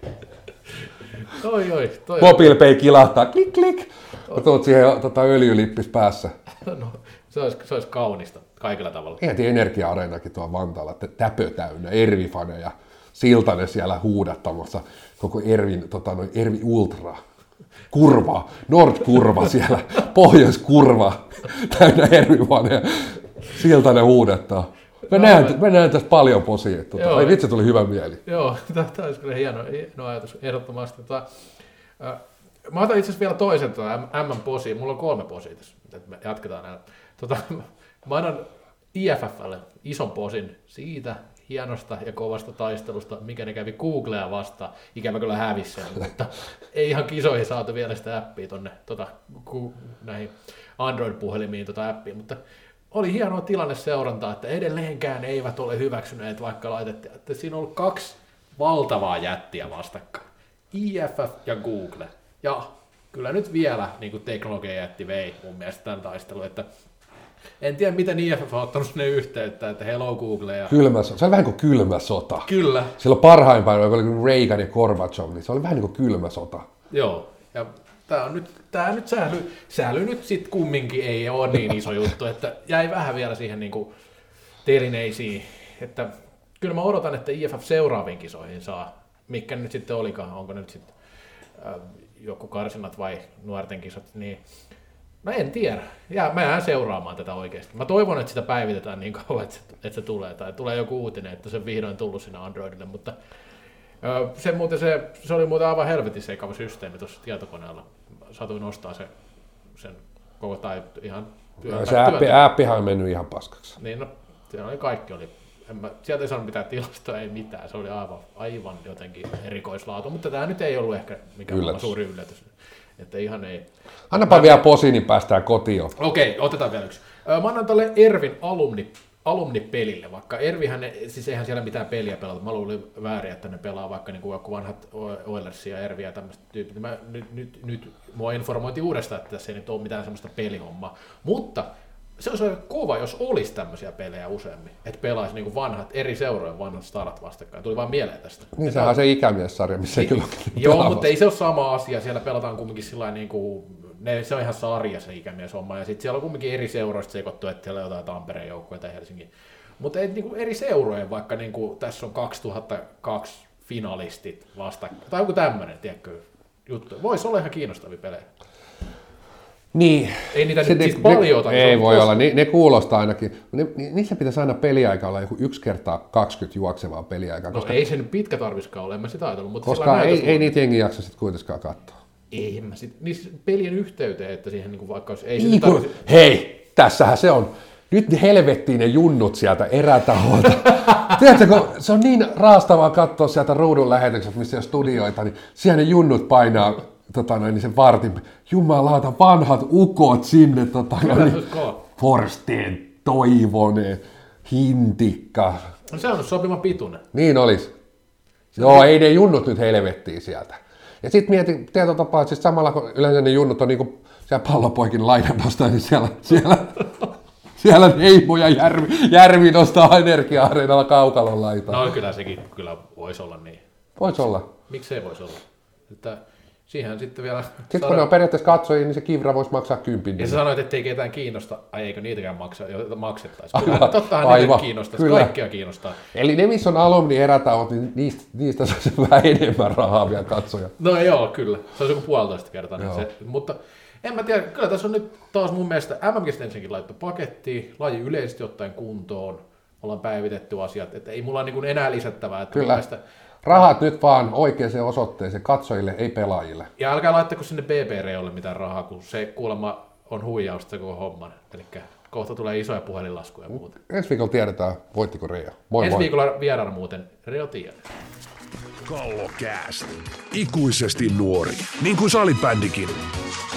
Oi, oi. Mobiilpay kilahtaa, klik, klik, kun tuut siihen tota, öljylippis päässä. No, se olisi, se olisi kaunista kaikilla tavalla. Eihän Energia-areenakin tuolla Vantaalla, täpö täynnä, Ervi-faneja, Siltanen siellä huudattamassa, koko Ervin, tota, noin, Ervi Ultra, kurva, Nord-kurva siellä, Pohjois-kurva, täynnä Ervi-faneja, Siltanen huudettaa. Mä, no, näen, mä näen tästä paljon posia, tota, ai vitsi, tuli hyvä mieli. Joo, tämä olisi kyllä hieno, hieno ajatus, ehdottomasti. Tota, äh, mä otan itse asiassa vielä toisen tota, M-posiin, mulla on kolme posia tässä, että me jatketaan näillä. Tota, mä annan I F F:lle ison posin siitä hienosta ja kovasta taistelusta, mikä ne kävi Googlea vastaan. Ikävä kyllä hävisi sen, mutta ei ihan kisoihin saatu vielä sitä appia tonne tota, ku, näihin Android-puhelimiin tota appia, mutta oli hienoa tilanneseurantaa, että edelleenkään eivät ole hyväksyneet, vaikka laitettiin, että siinä on ollut kaksi valtavaa jättiä vastakkain. I F F ja Google. Ja kyllä nyt vielä niin kuin teknologiajätti vei mun mielestä tämän taistelun, että en tiedä, miten I F F on ottanut sinne yhteyttä, että hello Google. Ja... Kylmä, se oli vähän kuin kylmä sota. Kyllä. Silloin parhaimpana oli Reagan ja Gorbachev, niin se oli vähän niin kuin kylmä sota. Joo, ja tämä nyt, tää nyt sähly, sähly nyt sitten kumminkin ei ole niin iso juttu, että jäi vähän vielä siihen niin kuin telineisiin, että kyllä mä odotan, että I F F seuraaviin kisoihin saa, mikä nyt sitten olikaan, onko nyt sitten äh, joku karsinat vai nuorten kisat, niin no en tiedä. Ja mä jään seuraamaan tätä oikeasti. Mä toivon, että sitä päivitetään niin kauan, että se, että se tulee. Tai tulee joku uutinen, että se on vihdoin tullut sinne Androidille. Mutta se, muuten se, se oli muuten aivan helvetin sekava systeemi tuossa tietokoneella. Satuin ostaa se, sen koko tai ihan työn. Se appi, appihan on mennyt ihan paskaksi. Niin no, siellä oli kaikki oli. En mä, sieltä ei saanut mitään tilastoa, ei mitään. Se oli aivan, aivan jotenkin erikoislaatu. Mutta tämä nyt ei ollut ehkä mikään suuri yllätys. Että ihan ei. Annapa mä... vielä posi, niin päästään kotiin. Okei, otetaan vielä yksi. Mä annan tälle Ervin alumni alumnipelille, vaikka Ervihän, ne, siis eihän siellä mitään peliä pelata, mä luulin väärin, että ne pelaa vaikka niin kuin joku vanhat Oilersia ja Erviä ja tämmöistä tyyppiä. Mä, nyt, nyt, nyt mua informoitiin uudestaan, että tässä ei nyt ole mitään semmoista pelihommaa, mutta se olisi aika kova, jos olisi tämmöisiä pelejä useammin, että pelaisi niin kuin vanhat, eri seurojen vanhat starat vastakkain. Tuli vaan mieleen tästä. Niin sehän on se ikämies-sarja, missä ei kyllä Joo, pelaavassa. Mutta ei se ole sama asia, siellä pelataan kumminkin sillä niin kuin ne, se on ihan sarja se ikämieshomma, ja sitten siellä on kumminkin eri seuroista sekoittu, että siellä on jotain Tampereen joukkoja tai Helsingin. Mutta niinku eri seurojen, vaikka niinku, tässä on kaksituhattakaksi finalistit vastakkain, tai joku tämmöinen, tiedätkö, juttu. Voisi olla ihan kiinnostavia pelejä. Niin. Ei niitä nyt siis paljon. Ei voi olla, ne, ne kuulostaa ainakin. Ne, niissä pitäisi aina peliaika olla joku yksi kertaa kaksikymmentä juoksevaa peliaikaa. No koska, ei se nyt pitkä tarviskaan ole, en mä sitä ajatellut. Mutta koska ei, ei niitä jengi jaksa sitten kuitenkaan katsoa. Ei mä sit, niissä pelien yhteyteen, että siihen niinku vaikka olisi, ei se niin, tarvitse... Hei, tässähän se on. Nyt helvettiin ne junnut sieltä erätaholta. Tiedätkö, kun se on niin raastavaa katsoa sieltä ruudun lähetyksestä, missä on studioita, niin siellä ne junnut painaa tota noin, niin sen vartin. Jumalauta, vanhat ukot sinne. Tota noin, Forsteen, Toivonen, Hintikka. No se on sopivan pituinen. Niin olisi. Joo, ei ne junnut nyt helvettiin sieltä. Ja sitten mietin tietyllä tapaa, että siis samalla kun yleensä ne junnut on niin kuin siellä Pallopoikin lainanosta, niin siellä, siellä, siellä Neimo ja Järvi, Järvi nostaa Energia-areenalla kaukalon laitaa. No kyllä sekin kyllä voisi olla niin. Voisi olla. Miksei voisi olla? Että siihen sitten vielä... Sitten kun ne on periaatteessa katsojia, niin se Kivra voisi maksaa kympin. Ja sä sanoit, että ei ketään kiinnosta. Ai eikö niitäkään maksa, joita maksettaisiin. Kyllä, tottahan niitä kiinnostaisi. Kaikkia kiinnostaa. Eli ne, missä on alumni erätauot, niin niistä, niistä saisi vähän enemmän rahaa vielä katsoja. No joo, kyllä. Se olisi joku puolitoista kertaa. Niin se, mutta en mä tiedä, kyllä tässä on nyt taas mun mielestä M M K:stä ensinnäkin laittu pakettiin, laji yleisesti ottaen kuntoon, ollaan päivitetty asiat, että ei mulla ole niin enää lisättävää. Että kyllä. Mielestä... Rahat nyt vaan oikeaan osoitteeseen katsojille, ei pelaajille. Ja älkää laittako sinne B B R-olle mitään rahaa, kun se kuulemma on huijausta se koko homman. Eli kohta tulee isoja puhelinlaskuja ja muuta. Ensi viikolla tiedetään, voittiko Reo. Moi Ensi moi. viikolla vieraana muuten Reo tiedä. Kallokääst. Ikuisesti nuori. Niin kuin salibändikin.